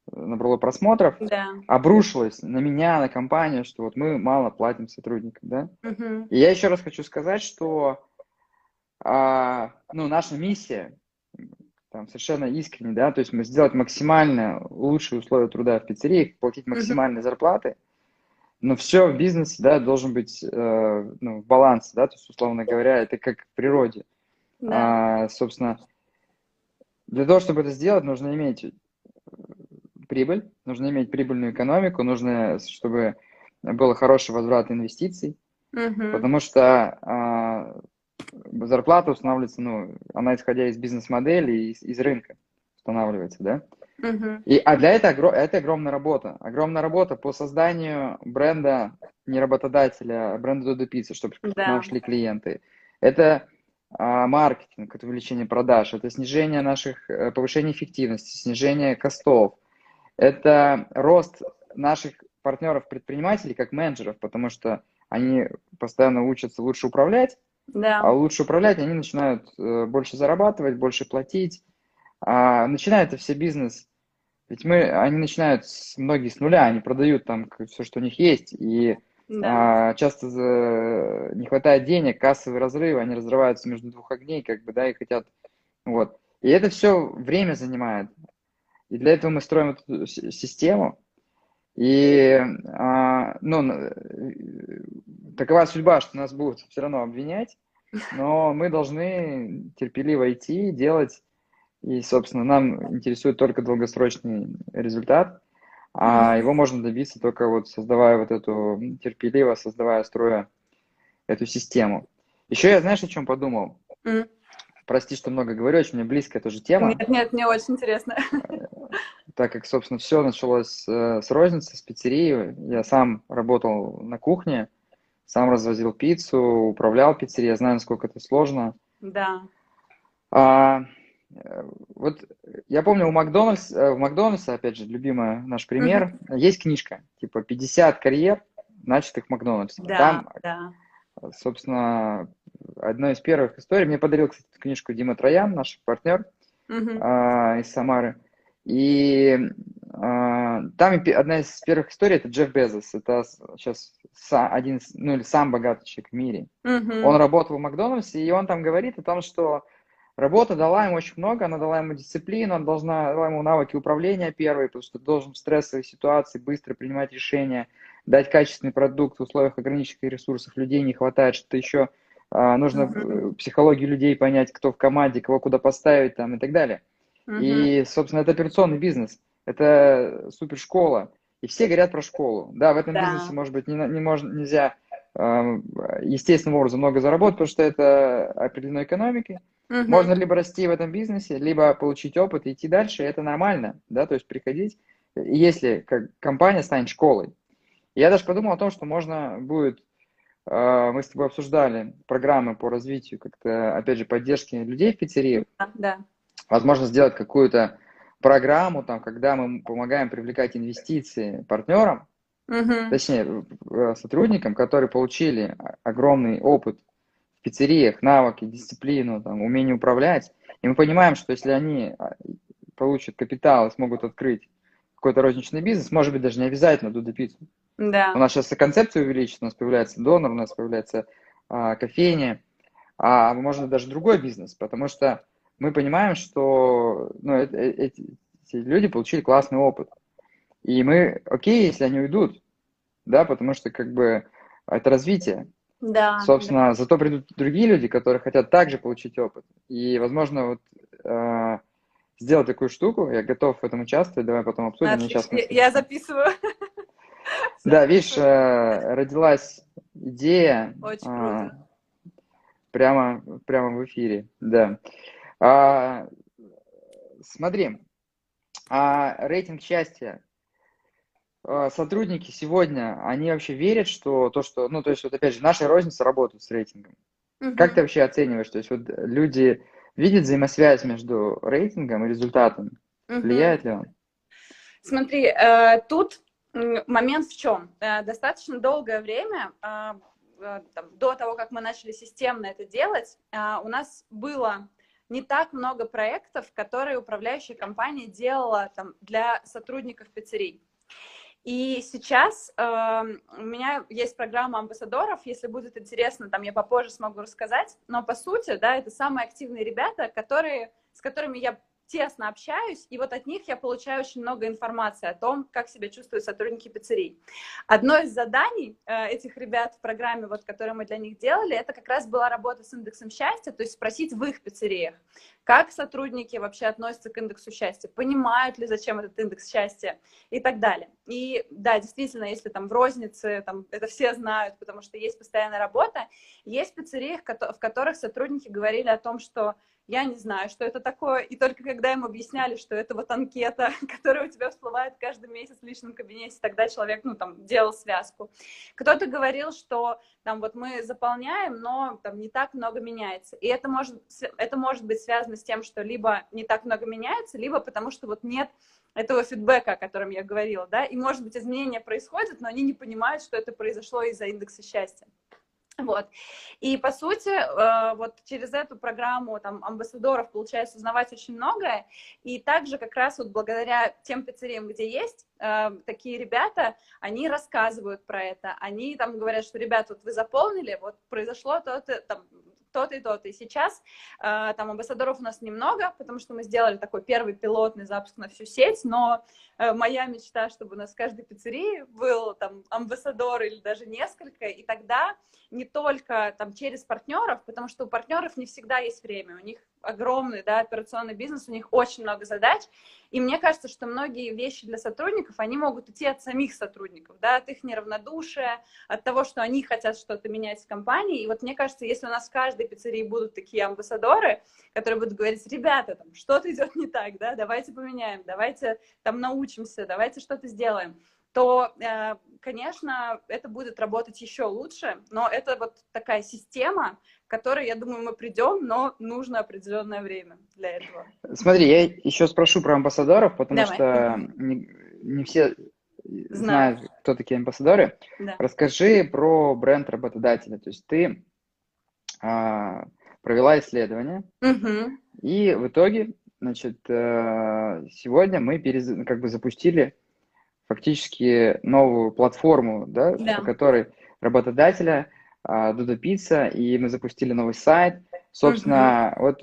набрало просмотров, Да. обрушилось на меня, на компанию, что вот мы мало платим сотрудникам, да. Мгм. И я еще раз хочу сказать, что ну, наша миссия там совершенно искренне, да, то есть мы сделать максимально лучшие условия труда в пиццерии, платить Мгм. максимальные зарплаты, но все в бизнесе, да, должен быть ну, в балансе, да, то есть, условно говоря, это как в природе. Да. Собственно, для того, чтобы это сделать, нужно иметь прибыль, нужно иметь прибыльную экономику, нужно, чтобы был хороший возврат инвестиций, Мгм. потому что зарплата устанавливается, ну, она исходя из бизнес-модели, из рынка устанавливается, да. Мгм. А для этого это огромная работа. Огромная работа по созданию бренда не работодателя, а бренда Додо Пицца, чтобы к нам Да. шли клиенты. Это маркетинг, это увеличение продаж, это снижение повышение эффективности, снижение костов. Это рост наших партнеров-предпринимателей как менеджеров, потому что они постоянно учатся лучше управлять, Да. а лучше управлять они начинают больше зарабатывать, больше платить. Начинается все бизнес, ведь они начинают многие с нуля, они продают там все, что у них есть, и Да. часто не хватает денег, кассовые разрывы, они разрываются между двух огней, как бы, да, и хотят, вот. И это все время занимает. И для этого мы строим эту систему. И, такова судьба, что нас будут все равно обвинять, но мы должны терпеливо идти, делать. И, собственно, нам интересует только долгосрочный результат, а Мгм. его можно добиться только вот создавая вот эту, терпеливо создавая, строя эту систему. Еще я, знаешь, о чем подумал? М. Прости, что много говорю, очень мне близкая тоже тема, Нет, нет, мне очень интересно. так как, собственно, все началось с розницы, с пиццерии. Я сам работал на кухне, сам развозил пиццу, управлял пиццерией, я знаю, насколько это сложно. Да. А, вот я помню, в Макдональдсе, опять же, любимый наш Мгм. пример, есть книжка, типа 50 карьер, начатых в Макдональдсе. Да, Там, да. собственно, одной из первых историй, мне подарил, кстати, эту книжку Дима Троян, наш партнер Мгм. из Самары. И там одна из первых историй, это Джефф Безос, это сейчас ну или сам богатый человек в мире. Он Мгм. работал в Макдональдсе, и он там говорит о том, что работа дала ему очень много, она дала ему дисциплину, она дала ему навыки управления первые, потому что должен в стрессовой ситуации быстро принимать решения, дать качественный продукт в условиях ограниченных ресурсов, людей не хватает, что-то еще, нужно Мгм. психологию людей понять, кто в команде, кого куда поставить там и так далее. Мгм. И, собственно, это операционный бизнес, это супершкола, и все говорят про школу. Да, в этом бизнесе, Да. может быть, нельзя естественным образом много заработать, потому что это определенной экономикой. Мгм. Можно либо расти в этом бизнесе, либо получить опыт и идти дальше, и это нормально, да, то есть приходить, если как компания станет школой. Я даже подумал о том, что можно будет, мы с тобой обсуждали программы по развитию как-то, опять же, поддержки людей в пиццериях, Да, да. возможно, сделать какую-то программу, там, когда мы помогаем привлекать инвестиции партнерам, Мгм. точнее, сотрудникам, которые получили огромный опыт в пиццериях, навыки, дисциплину, там, умение управлять. И мы понимаем, что если они получат капитал и смогут открыть какой-то розничный бизнес, может быть, даже не обязательно Додо Пиццу. У Да. нас сейчас концепция увеличится, у нас появляется донор, у нас появляется кофейня, можно даже другой бизнес, потому что мы понимаем, что ну, эти люди получили классный опыт. И мы, окей, если они уйдут, да, потому что как бы это развитие. Да, да. Собственно, зато придут другие люди, которые хотят также получить опыт. И, возможно, вот сделать такую штуку, я готов в этом участвовать, давай потом обсудим, мне сейчас Отлично. мысли Я пришли. записываю. Да, видишь, Записываю. родилась идея Очень круто. прямо в эфире, да. А, Смотри, рейтинг счастья. Сотрудники сегодня, они вообще верят, что ну, то есть, вот опять же, наша розница работает с рейтингом. Как ты Мгм. вообще оцениваешь? То есть, вот люди видят взаимосвязь между рейтингом и результатом? Мгм. Влияет ли он? Смотри, тут момент в чем? Достаточно долгое время, там, до того, как мы начали системно это делать, у нас было не так много проектов, которые управляющая компания делала там, для сотрудников пиццерий. И сейчас у меня есть программа амбассадоров, если будет интересно, там я попозже смогу рассказать, но по сути, да, это самые активные ребята, с которыми я тесно общаюсь, и вот от них я получаю очень много информации о том, как себя чувствуют сотрудники пиццерий. Одно из заданий этих ребят в программе, вот, которую мы для них делали, это как раз была работа с индексом счастья, то есть спросить в их пиццериях, как сотрудники вообще относятся к индексу счастья, понимают ли, зачем этот индекс счастья и так далее. И да, действительно, если там в рознице, там, это все знают, потому что есть постоянная работа, есть пиццерии, в которых сотрудники говорили о том, что я не знаю, что это такое, и только когда им объясняли, что это вот анкета, которая у тебя всплывает каждый месяц в личном кабинете, тогда человек, ну, там, делал связку. Кто-то говорил, что там вот мы заполняем, но там не так много меняется. И это может быть связано с тем, что либо не так много меняется, либо потому что вот нет этого фидбэка, о котором я говорила, да, и, может быть, изменения происходят, но они не понимают, что это произошло из-за индекса счастья. Вот. И, по сути, вот через эту программу там, амбассадоров получается узнавать очень многое. И также как раз вот благодаря тем пиццериям, где есть такие ребята, они рассказывают про это. Они там говорят, что, ребят, вот вы заполнили, вот произошло то-то, там, то-то и то-то. И сейчас там амбассадоров у нас немного, потому что мы сделали такой первый пилотный запуск на всю сеть, но моя мечта, чтобы у нас в каждой пиццерии был там амбассадор или даже несколько, и тогда не только там через партнеров, потому что у партнеров не всегда есть время, у них огромный, да, операционный бизнес, у них очень много задач, и мне кажется, что многие вещи для сотрудников, они могут идти от самих сотрудников, да, от их неравнодушия, от того, что они хотят что-то менять в компании, и вот мне кажется, если у нас в каждой пиццерии будут такие амбассадоры, которые будут говорить, ребята, там, что-то идет не так, да, давайте поменяем, давайте там научимся, давайте что-то сделаем, то, конечно, это будет работать еще лучше, но это вот такая система, к которой, я думаю, мы придем, но нужно определенное время для этого. Смотри, я еще спрошу про амбассадоров, потому Давай. что не все Знаю. знают, кто такие амбассадоры. Да. Расскажи про бренд работодателя. То есть ты провела исследование, и в итоге, значит, сегодня мы как бы запустили фактически новую платформу, да, по которой работодателя Додо Пицца, и мы запустили новый сайт. Собственно, вот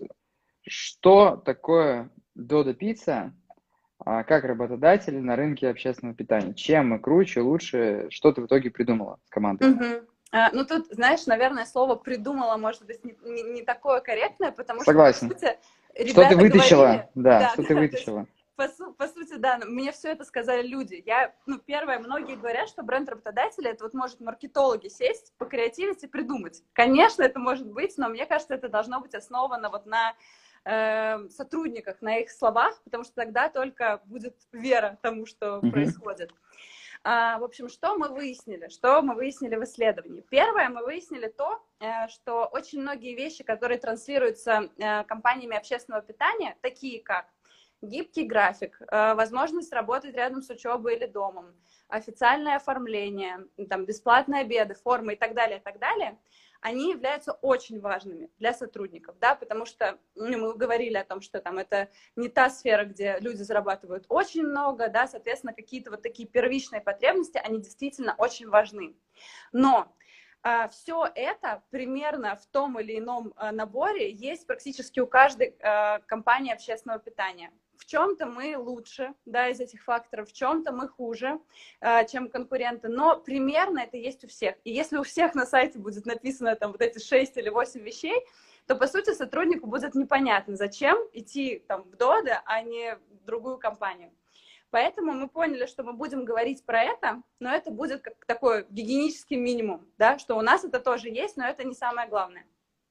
что такое Додо Пицца, как работодатель на рынке общественного питания? Чем мы круче, лучше? Что ты в итоге придумала с командой? Ну, тут, знаешь, наверное, слово «придумала» может быть не такое корректное, потому Согласен. что, по сути, ребята что ты вытащила? говорили... Да, что ты вытащила? По сути, да, мне все это сказали люди. Первое, многие говорят, что бренд работодателя, это вот может маркетологи сесть, покреативить и придумать. Конечно, это может быть, но мне кажется, это должно быть основано вот на сотрудниках, на их словах, потому что тогда только будет вера тому, что происходит. В общем, что мы выяснили? Что мы выяснили в исследовании? Первое, мы выяснили то, что очень многие вещи, которые транслируются компаниями общественного питания, такие как гибкий график, возможность работать рядом с учебой или домом, официальное оформление, там, бесплатные обеды, формы и так далее, они являются очень важными для сотрудников, да, потому что мы говорили о том, что там это не та сфера, где люди зарабатывают очень много, да, соответственно, какие-то вот такие первичные потребности, они действительно очень важны. Но все это примерно в том или ином наборе есть практически у каждой компании общественного питания. В чем-то мы лучше, да, из этих факторов, в чем-то мы хуже, чем конкуренты, но примерно это есть у всех. И если у всех на сайте будет написано там вот эти 6 или 8 вещей, то, по сути, сотруднику будет непонятно, зачем идти там в Додо, а не в другую компанию. Поэтому мы поняли, что мы будем говорить про это, но это будет как такой гигиенический минимум, да, что у нас это тоже есть, но это не самое главное.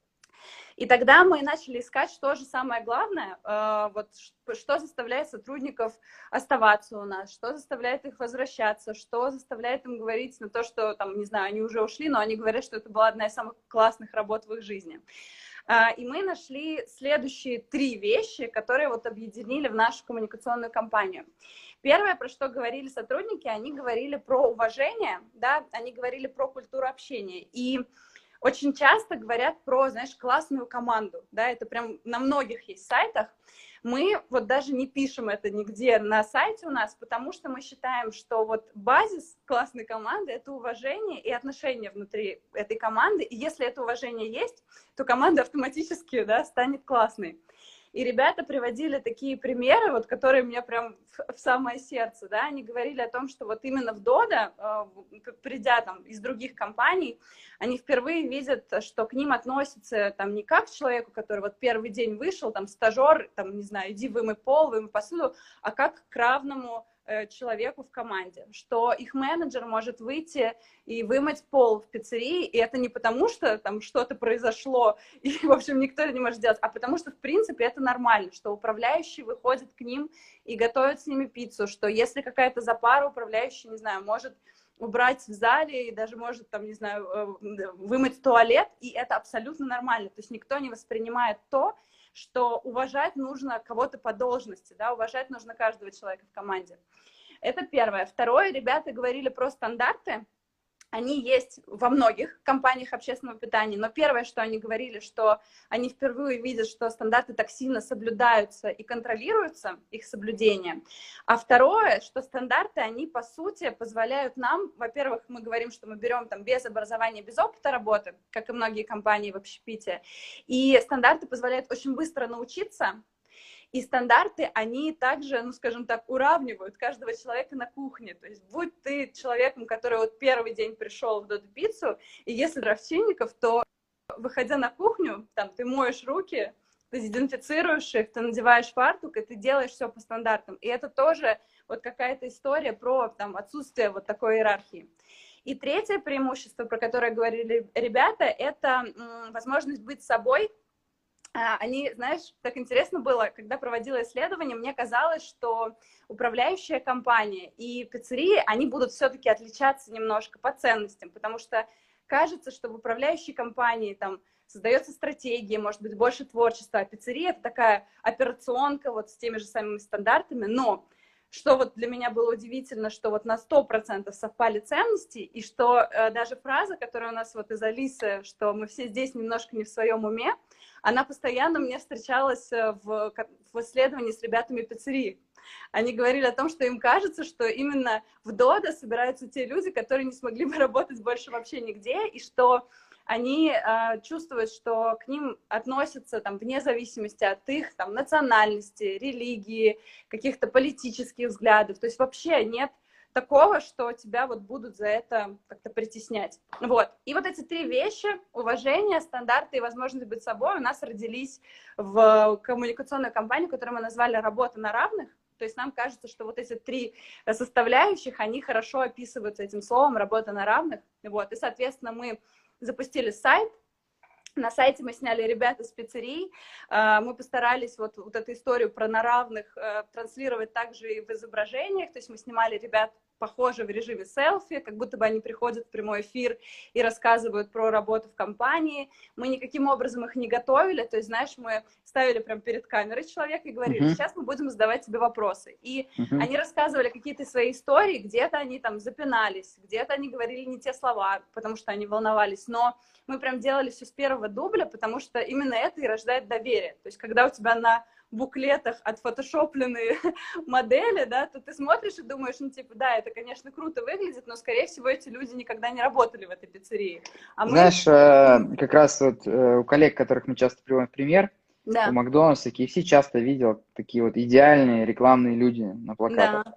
И тогда мы начали искать, что же самое главное, вот, что заставляет сотрудников оставаться у нас, что заставляет их возвращаться, что заставляет им говорить на то, что, там, не знаю, они уже ушли, но они говорят, что это была одна из самых классных работ в их жизни. И мы нашли следующие 3 вещи, которые вот объединили в нашу коммуникационную кампанию. Первое, про что говорили сотрудники, они говорили про уважение, да, они говорили про культуру общения. И очень часто говорят про, знаешь, классную команду, да, это прям на многих есть сайтах. Мы вот даже не пишем это нигде на сайте у нас, потому что мы считаем, что вот базис классной команды — это уважение и отношения внутри этой команды, и если это уважение есть, то команда автоматически, да, станет классной. И ребята приводили такие примеры, вот, которые мне прям в самое сердце, да, они говорили о том, что вот именно в Dodo, придя там из других компаний, они впервые видят, что к ним относятся там не как к человеку, который вот первый день вышел, там стажер, там, не знаю, иди вымой пол, вымой посуду, а как к равному человеку в команде, что их менеджер может выйти и вымыть пол в пиццерии, и это не потому, что там что-то произошло, и, в общем, никто это не может сделать, а потому что, в принципе, это нормально, что управляющий выходит к ним и готовит с ними пиццу, что если какая-то запара, управляющий, не знаю, может убрать в зале и даже может, там, не знаю, вымыть туалет, и это абсолютно нормально, то есть никто не воспринимает то, что уважать нужно кого-то по должности, да, уважать нужно каждого человека в команде. Это первое. Второе, ребята говорили про стандарты. Они есть во многих компаниях общественного питания, но первое, что они говорили, что они впервые видят, что стандарты так сильно соблюдаются и контролируются, их соблюдение. А второе, что стандарты, они, по сути, позволяют нам, во-первых, мы говорим, что мы берем там без образования, без опыта работы, как и многие компании в общепите, и стандарты позволяют очень быстро научиться. И стандарты, они также, ну, скажем так, уравнивают каждого человека на кухне. То есть будь ты человеком, который вот первый день пришел в Dodo Pizza, и если дровчинников, то, выходя на кухню, там, ты моешь руки, ты дезинфицируешь их, ты надеваешь фартук, и ты делаешь все по стандартам. И это тоже вот какая-то история про там, отсутствие вот такой иерархии. И третье преимущество, про которое говорили ребята, это возможность быть собой. Они, знаешь, так интересно было, когда проводила исследование, мне казалось, что управляющая компания и пиццерии, они будут все-таки отличаться немножко по ценностям, потому что кажется, что в управляющей компании там создается стратегия, может быть, больше творчества, а пиццерия — это такая операционка вот с теми же самыми стандартами, но что вот для меня было удивительно, что вот на 100% совпали ценности, и что даже фраза, которая у нас вот из Алисы, что мы все здесь немножко не в своем уме, она постоянно мне встречалась в исследовании с ребятами пиццерии. Они говорили о том, что им кажется, что именно в Dodo собираются те люди, которые не смогли бы работать больше вообще нигде, и что они чувствуют, что к ним относятся там, вне зависимости от их там, национальности, религии, каких-то политических взглядов. То есть вообще нет такого, что тебя вот будут за это как-то притеснять. Вот. И вот эти три вещи, уважение, стандарты и возможность быть собой, у нас родились в коммуникационной кампании, которую мы назвали «Работа на равных». То есть нам кажется, что вот эти три составляющих, они хорошо описываются этим словом «работа на равных». Вот. И, соответственно, мы запустили сайт. На сайте мы сняли ребят из пиццерий, мы постарались вот эту историю про на равных транслировать также и в изображениях, то есть мы снимали ребят похоже в режиме селфи, как будто бы они приходят в прямой эфир и рассказывают про работу в компании. Мы никаким образом их не готовили, то есть, знаешь, мы ставили прям перед камерой человека и говорили, сейчас мы будем задавать тебе вопросы. И они рассказывали какие-то свои истории, где-то они там запинались, где-то они говорили не те слова, потому что они волновались, но мы прям делали все с первого дубля, потому что именно это и рождает доверие. То есть, когда у тебя на буклетах отфотошопленные модели, да, то ты смотришь и думаешь, ну, типа, да, это, конечно, круто выглядит, но, скорее всего, эти люди никогда не работали в этой пиццерии. А знаешь, как раз вот у коллег, которых мы часто приводим в пример, да. у Макдональдса, KFC часто видел такие вот идеальные рекламные люди на плакатах.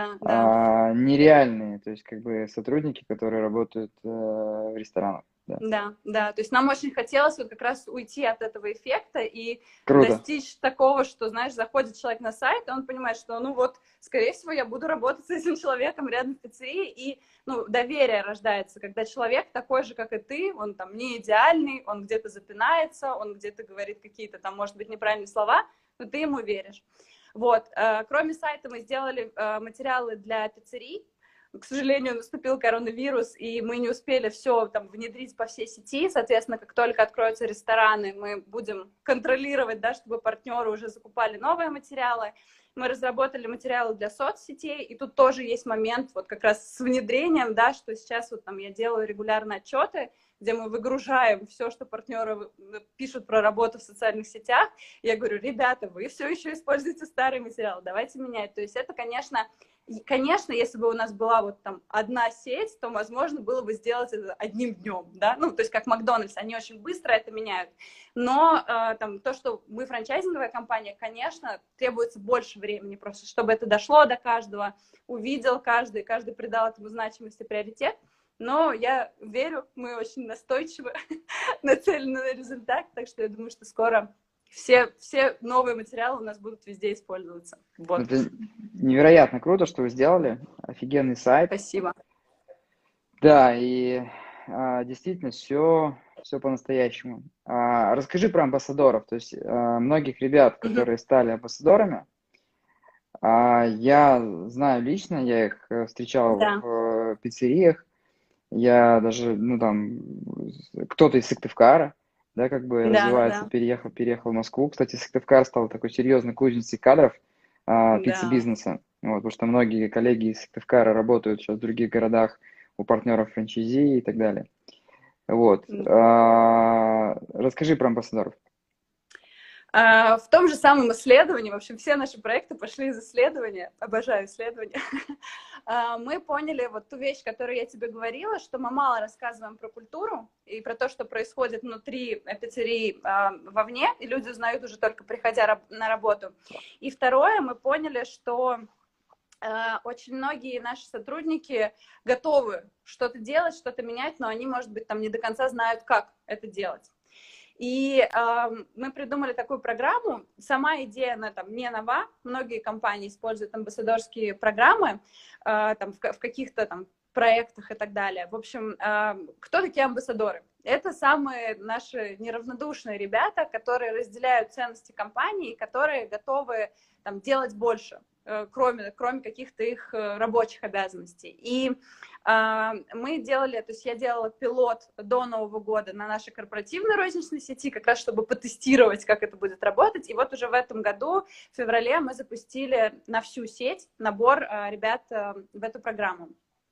Да. Нереальные, то есть как бы сотрудники, которые работают в ресторанах. Да, то есть нам очень хотелось вот как раз уйти от этого эффекта и Круто. достичь такого, что, знаешь, заходит человек на сайт, и он понимает, что, ну вот, скорее всего, я буду работать с этим человеком рядом в пиццерии, и, ну, доверие рождается, когда человек такой же, как и ты, он там не идеальный, он где-то запинается, он где-то говорит какие-то там, может быть, неправильные слова, но ты ему веришь. Вот, кроме сайта мы сделали материалы для пиццерий. К сожалению, наступил коронавирус, и мы не успели все там внедрить по всей сети. Соответственно, как только откроются рестораны, мы будем контролировать, да, чтобы партнеры уже закупали новые материалы. Мы разработали материалы для соцсетей, и тут тоже есть момент вот как раз с внедрением, да, что сейчас вот там я делаю регулярно отчеты, где мы выгружаем все, что партнеры пишут про работу в социальных сетях. Я говорю, ребята, вы все еще используете старый материал, давайте менять. То есть это, конечно, если бы у нас была вот там одна сеть, то, возможно, было бы сделать это одним днем, да, ну, то есть как Макдональдс, они очень быстро это меняют. Но там то, что мы франчайзинговая компания, конечно, требуется больше времени просто, чтобы это дошло до каждого, увидел каждый придал этому значимость и приоритет. Но я верю, мы очень настойчивы, нацелены на результат, так что я думаю, что скоро все новые материалы у нас будут везде использоваться. Вот. Это невероятно круто, что вы сделали. Офигенный сайт. Спасибо. Да, и действительно все по-настоящему. Расскажи про амбассадоров. То есть многих ребят, которые стали амбассадорами, я знаю лично, я их встречал в пиццериях. Я даже, ну там, кто-то из Сыктывкара, да, как бы развивается, переехал в Москву. Кстати, Сыктывкар стал такой серьезной кузницей кадров пиццы-бизнеса. Вот, потому что многие коллеги из Сыктывкара работают сейчас в других городах у партнеров франчайзи и так далее. Вот. Расскажи про амбассадоров. В том же самом исследовании, в общем, все наши проекты пошли из исследования, обожаю исследования, мы поняли вот ту вещь, которую я тебе говорила, что мы мало рассказываем про культуру и про то, что происходит внутри пиццерии вовне, и люди узнают уже только приходя на работу. И второе, мы поняли, что очень многие наши сотрудники готовы что-то делать, что-то менять, но они, может быть, там не до конца знают, как это делать. И мы придумали такую программу. Сама идея, она там не нова. Многие компании используют амбассадорские программы там, в каких-то там проектах и так далее. В общем, кто такие амбассадоры? Это самые наши неравнодушные ребята, которые разделяют ценности компании, которые готовы там, делать больше, кроме каких-то их рабочих обязанностей. И мы делали, то есть я делала пилот до Нового года на нашей корпоративной розничной сети, как раз чтобы потестировать, как это будет работать. И вот уже в этом году, в феврале, мы запустили на всю сеть набор ребят в эту программу.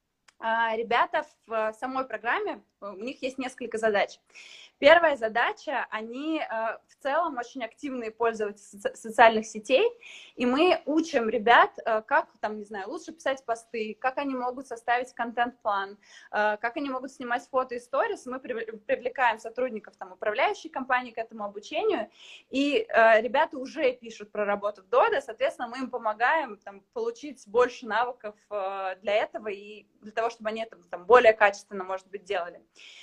Ребята в самой программе, у них есть несколько задач. Первая задача, они в целом очень активные пользователи социальных сетей, и мы учим ребят, как, там, не знаю, лучше писать посты, как они могут составить контент-план, как они могут снимать фото и сторис. Мы привлекаем сотрудников там, управляющей компании к этому обучению, и ребята уже пишут про работу в Dodo, соответственно, мы им помогаем там, получить больше навыков для этого и для того, чтобы они это там, более качественно, может быть, делали.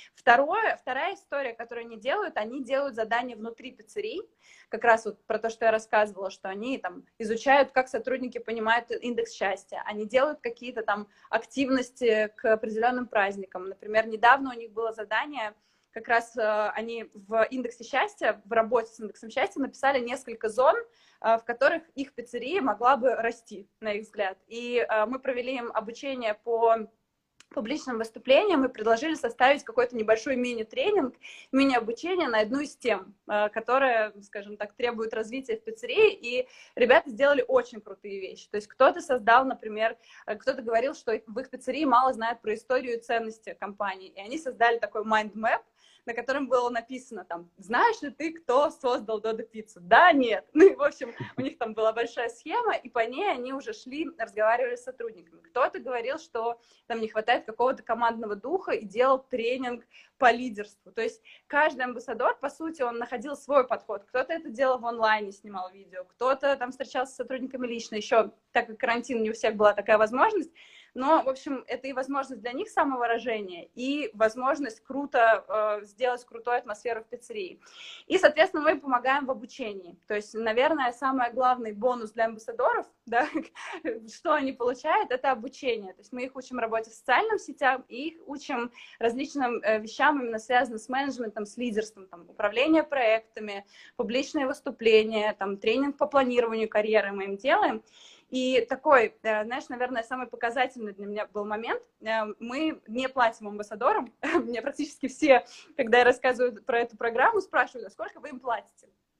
Вторая история, которую они делают задания внутри пиццерий, как раз вот про то, что я рассказывала, что они там изучают, как сотрудники понимают индекс счастья, они делают какие-то там активности к определенным праздникам. Например, недавно у них было задание, как раз они в индексе счастья, в работе с индексом счастья написали несколько зон, в которых их пиццерия могла бы расти, на их взгляд. И мы провели им обучение по публичным выступлениям и предложили составить какой-то небольшой мини-тренинг, мини-обучение на одну из тем, которая, скажем так, требует развития в пиццерии, и ребята сделали очень крутые вещи. То есть кто-то создал, например, кто-то говорил, что в их пиццерии мало знают про историю и ценности компании, и они создали такой mind map, на котором было написано там, знаешь ли ты, кто создал Dodo Pizza? Да, нет. Ну и, в общем, у них там была большая схема, и по ней они уже шли, разговаривали с сотрудниками. Кто-то говорил, что там не хватает какого-то командного духа и делал тренинг по лидерству. То есть каждый амбассадор, по сути, он находил свой подход. Кто-то это делал в онлайне, снимал видео, кто-то там встречался с сотрудниками лично. Еще, так как карантин, не у всех была такая возможность. Но, в общем, это и возможность для них самовыражения, и возможность круто сделать крутую атмосферу в пиццерии. И, соответственно, мы им помогаем в обучении. То есть, наверное, самый главный бонус для амбассадоров, да, что они получают, это обучение. То есть мы их учим работе в социальных сетях, и их учим различным вещам, именно связанным с менеджментом, с лидерством, там, управление проектами, публичные выступления, там, тренинг по планированию карьеры мы им делаем. И такой, знаешь, наверное, самый показательный для меня был момент. Мы не платим амбассадорам. Мне практически все, когда я рассказываю про эту программу, спрашивают, а сколько вы им платите?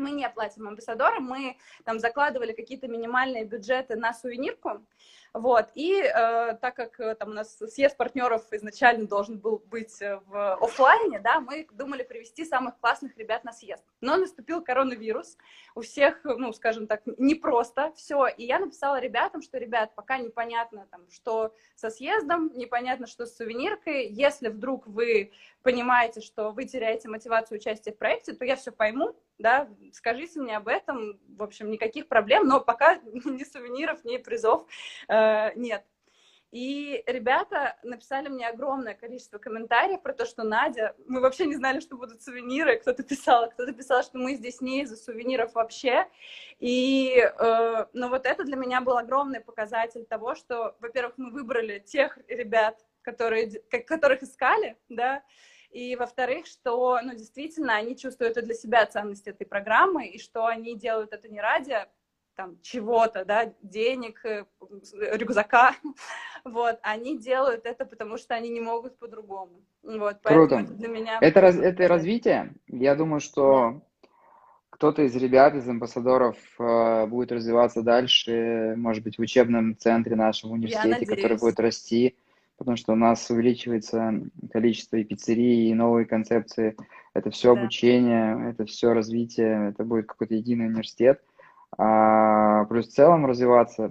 Мы не платим амбассадорам, мы там закладывали какие-то минимальные бюджеты на сувенирку, вот, и так как там у нас съезд партнеров изначально должен был быть в офлайне, да, мы думали привести самых классных ребят на съезд, но наступил коронавирус, у всех, ну, скажем так, непросто все, и я написала ребятам, что, ребят, пока непонятно, там, что со съездом, непонятно, что с сувениркой, если вдруг вы понимаете, что вы теряете мотивацию участия в проекте, то я все пойму, да, скажите мне об этом, в общем, никаких проблем, но пока ни сувениров, ни призов нет. И ребята написали мне огромное количество комментариев про то, что Надя, мы вообще не знали, что будут сувениры, кто-то писал, что мы здесь не из-за сувениров вообще. И, ну, вот это для меня был огромный показатель того, что, во-первых, мы выбрали тех ребят, которых искали, да, и, во-вторых, что, ну, действительно, они чувствуют и для себя ценность этой программы, и что они делают это не ради там чего-то, да, денег, рюкзака, вот, они делают это, потому что они не могут по-другому, вот, поэтому Круто. это для меня... Это развитие. Я думаю, что кто-то из ребят, из амбассадоров будет развиваться дальше, может быть, в учебном центре нашего университете, который будет расти, потому что у нас увеличивается количество и пиццерий, и новые концепции. Это все обучение, это все развитие, это будет какой-то единый университет. Плюс в целом развиваться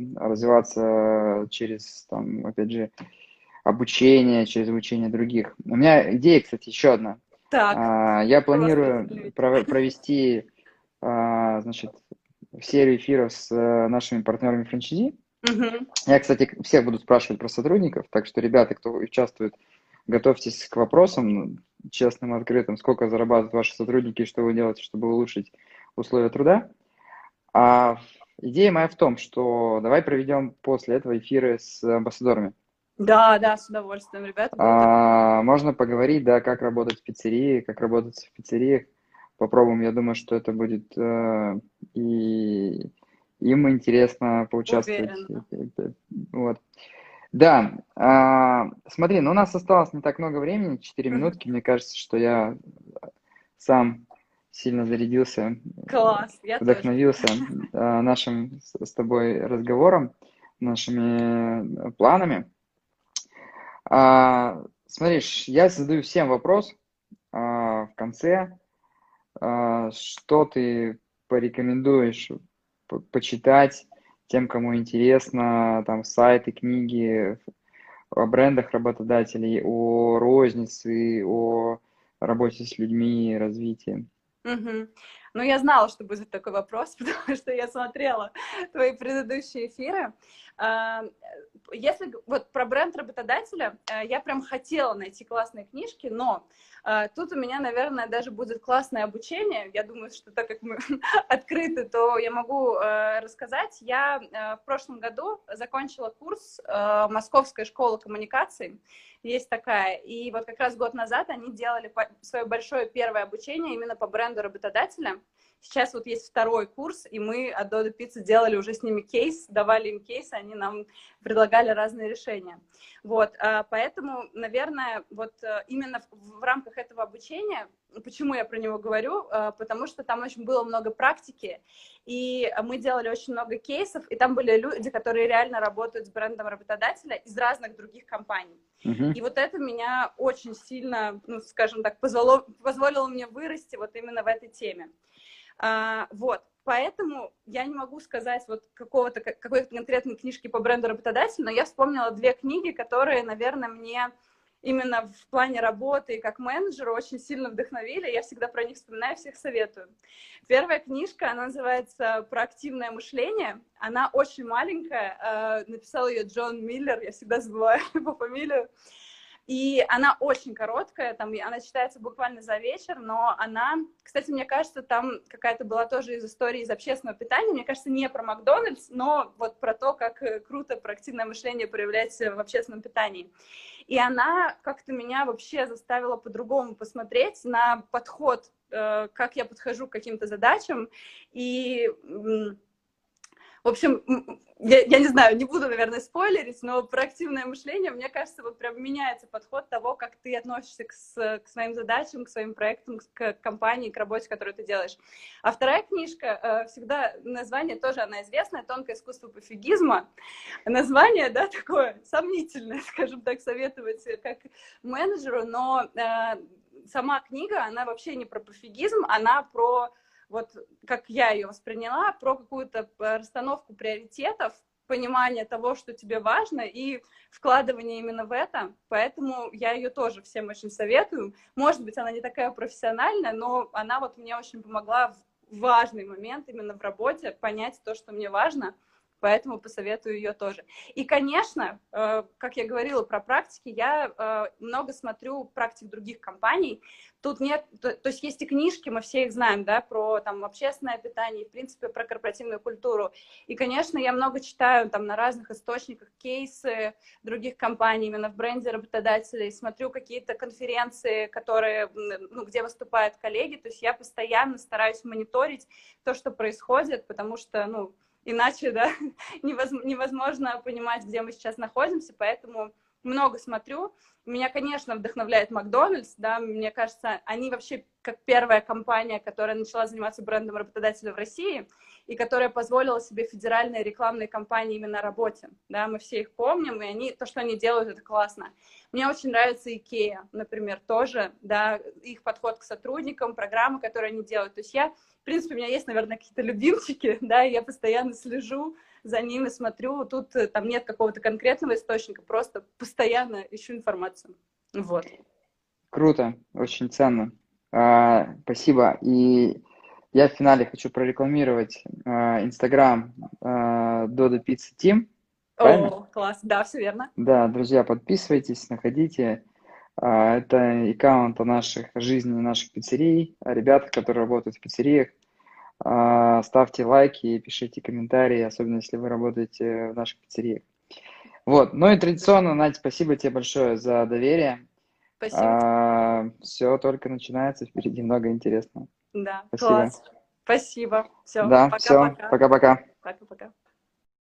через, там, опять же, обучение, через обучение других. У меня идея, кстати, еще одна. Так, я планирую провести, значит, серию эфиров с нашими партнерами франчайзи. Я, кстати, всех буду спрашивать про сотрудников, так что, ребята, кто участвует, готовьтесь к вопросам честным, открытым, сколько зарабатывают ваши сотрудники, что вы делаете, чтобы улучшить условия труда. Идея моя в том, что давай проведем после этого эфиры с амбассадорами. Да, с удовольствием, ребята. Можно поговорить, да, как работать в пиццерии, как работать в пиццериях. Попробуем, я думаю, что это будет и им интересно поучаствовать. Уверена. Вот. Да, смотри, ну у нас осталось не так много времени, 4 минутки. Мне кажется, что я сам сильно зарядился, класс, я вдохновился нашим с тобой разговором, нашими планами. Смотришь, я задаю всем вопрос в конце, что ты порекомендуешь почитать тем, кому интересно, там сайты, книги о брендах работодателей, о рознице, о работе с людьми, развитии. Ну, я знала, что будет такой вопрос, потому что я смотрела твои предыдущие эфиры. Если вот про бренд работодателя, я прям хотела найти классные книжки, но тут у меня, наверное, даже будет классное обучение. Я думаю, что так как мы открыты, то я могу рассказать. Я в прошлом году закончила курс Московской школы коммуникаций. Есть такая. И вот как раз год назад они делали свое большое первое обучение именно по бренду работодателя. Сейчас вот есть второй курс, и мы от Dodo Pizza делали уже с ними кейс, давали им кейс, они нам предлагали разные решения. Вот, поэтому, наверное, вот именно в рамках этого обучения, почему я про него говорю, потому что там очень было много практики, и мы делали очень много кейсов, и там были люди, которые реально работают с брендом работодателя из разных других компаний. И вот это меня очень сильно, ну, скажем так, позволило мне вырасти вот именно в этой теме. Вот, поэтому я не могу сказать вот какой-то конкретной книжки по бренду работодателя, но я вспомнила 2 книги, которые, наверное, мне именно в плане работы и как менеджера очень сильно вдохновили. Я всегда про них вспоминаю, всех советую. Первая книжка, она называется «Проактивное мышление». Она очень маленькая, написал ее Джон Миллер, я всегда забываю его фамилию. И она очень короткая, там, она читается буквально за вечер, но она, кстати, мне кажется, там какая-то была тоже из истории из общественного питания, мне кажется, не про Макдональдс, но вот про то, как круто проактивное мышление проявлять в общественном питании. И она как-то меня вообще заставила по-другому посмотреть на подход, как я подхожу к каким-то задачам, и В общем, я не знаю, не буду, наверное, спойлерить, но про активное мышление, мне кажется, вот прям меняется подход того, как ты относишься к своим задачам, к своим проектам, к компании, к работе, которую ты делаешь. А вторая книжка, всегда название тоже, она известная, «Тонкое искусство пофигизма». Название, да, такое сомнительное, скажем так, советовать как менеджеру, но сама книга, она вообще не про пофигизм, она про вот как я ее восприняла, про какую-то расстановку приоритетов, понимание того, что тебе важно, и вкладывание именно в это. Поэтому я ее тоже всем очень советую. Может быть, она не такая профессиональная, но она вот мне очень помогла в важный момент именно в работе понять то, что мне важно. Поэтому посоветую ее тоже. И, конечно, как я говорила про практики, я много смотрю практик других компаний. Тут нет, то есть есть и книжки, мы все их знаем, да, про там общественное питание, в принципе, про корпоративную культуру. И, конечно, я много читаю там на разных источниках кейсы других компаний, именно в бренде работодателей, смотрю какие-то конференции, которые, ну, где выступают коллеги, то есть я постоянно стараюсь мониторить то, что происходит, потому что, ну, иначе, да, невозможно понимать, где мы сейчас находимся, поэтому много смотрю. Меня, конечно, вдохновляет Макдональдс, да, мне кажется, они вообще как первая компания, которая начала заниматься брендом работодателя в России и которая позволила себе федеральные рекламные кампании именно о работе, да, мы все их помним, и они, то, что они делают, это классно. Мне очень нравится IKEA, например, тоже, да, их подход к сотрудникам, программы, которые они делают, то есть я, в принципе, у меня есть, наверное, какие-то любимчики, да, и я постоянно слежу за ними, смотрю, тут там нет какого-то конкретного источника, просто постоянно ищу информацию. Вот. Круто, очень ценно. Спасибо. И я в финале хочу прорекламировать Инстаграм Dodo Pizza Team. Правильно? О, класс, да, все верно. Да, друзья, подписывайтесь, находите. Это аккаунт о наших о жизни наших пиццерий, о ребятах, которые работают в пиццериях. Ставьте лайки, пишите комментарии, особенно если вы работаете в наших пиццериях. Вот, ну и традиционно, Надь, спасибо тебе большое за доверие. Спасибо тебе. Все только начинается, впереди много интересного. Да, Спасибо. класс. Спасибо. Все, Да, все, пока-пока. пока-пока. Пока-пока.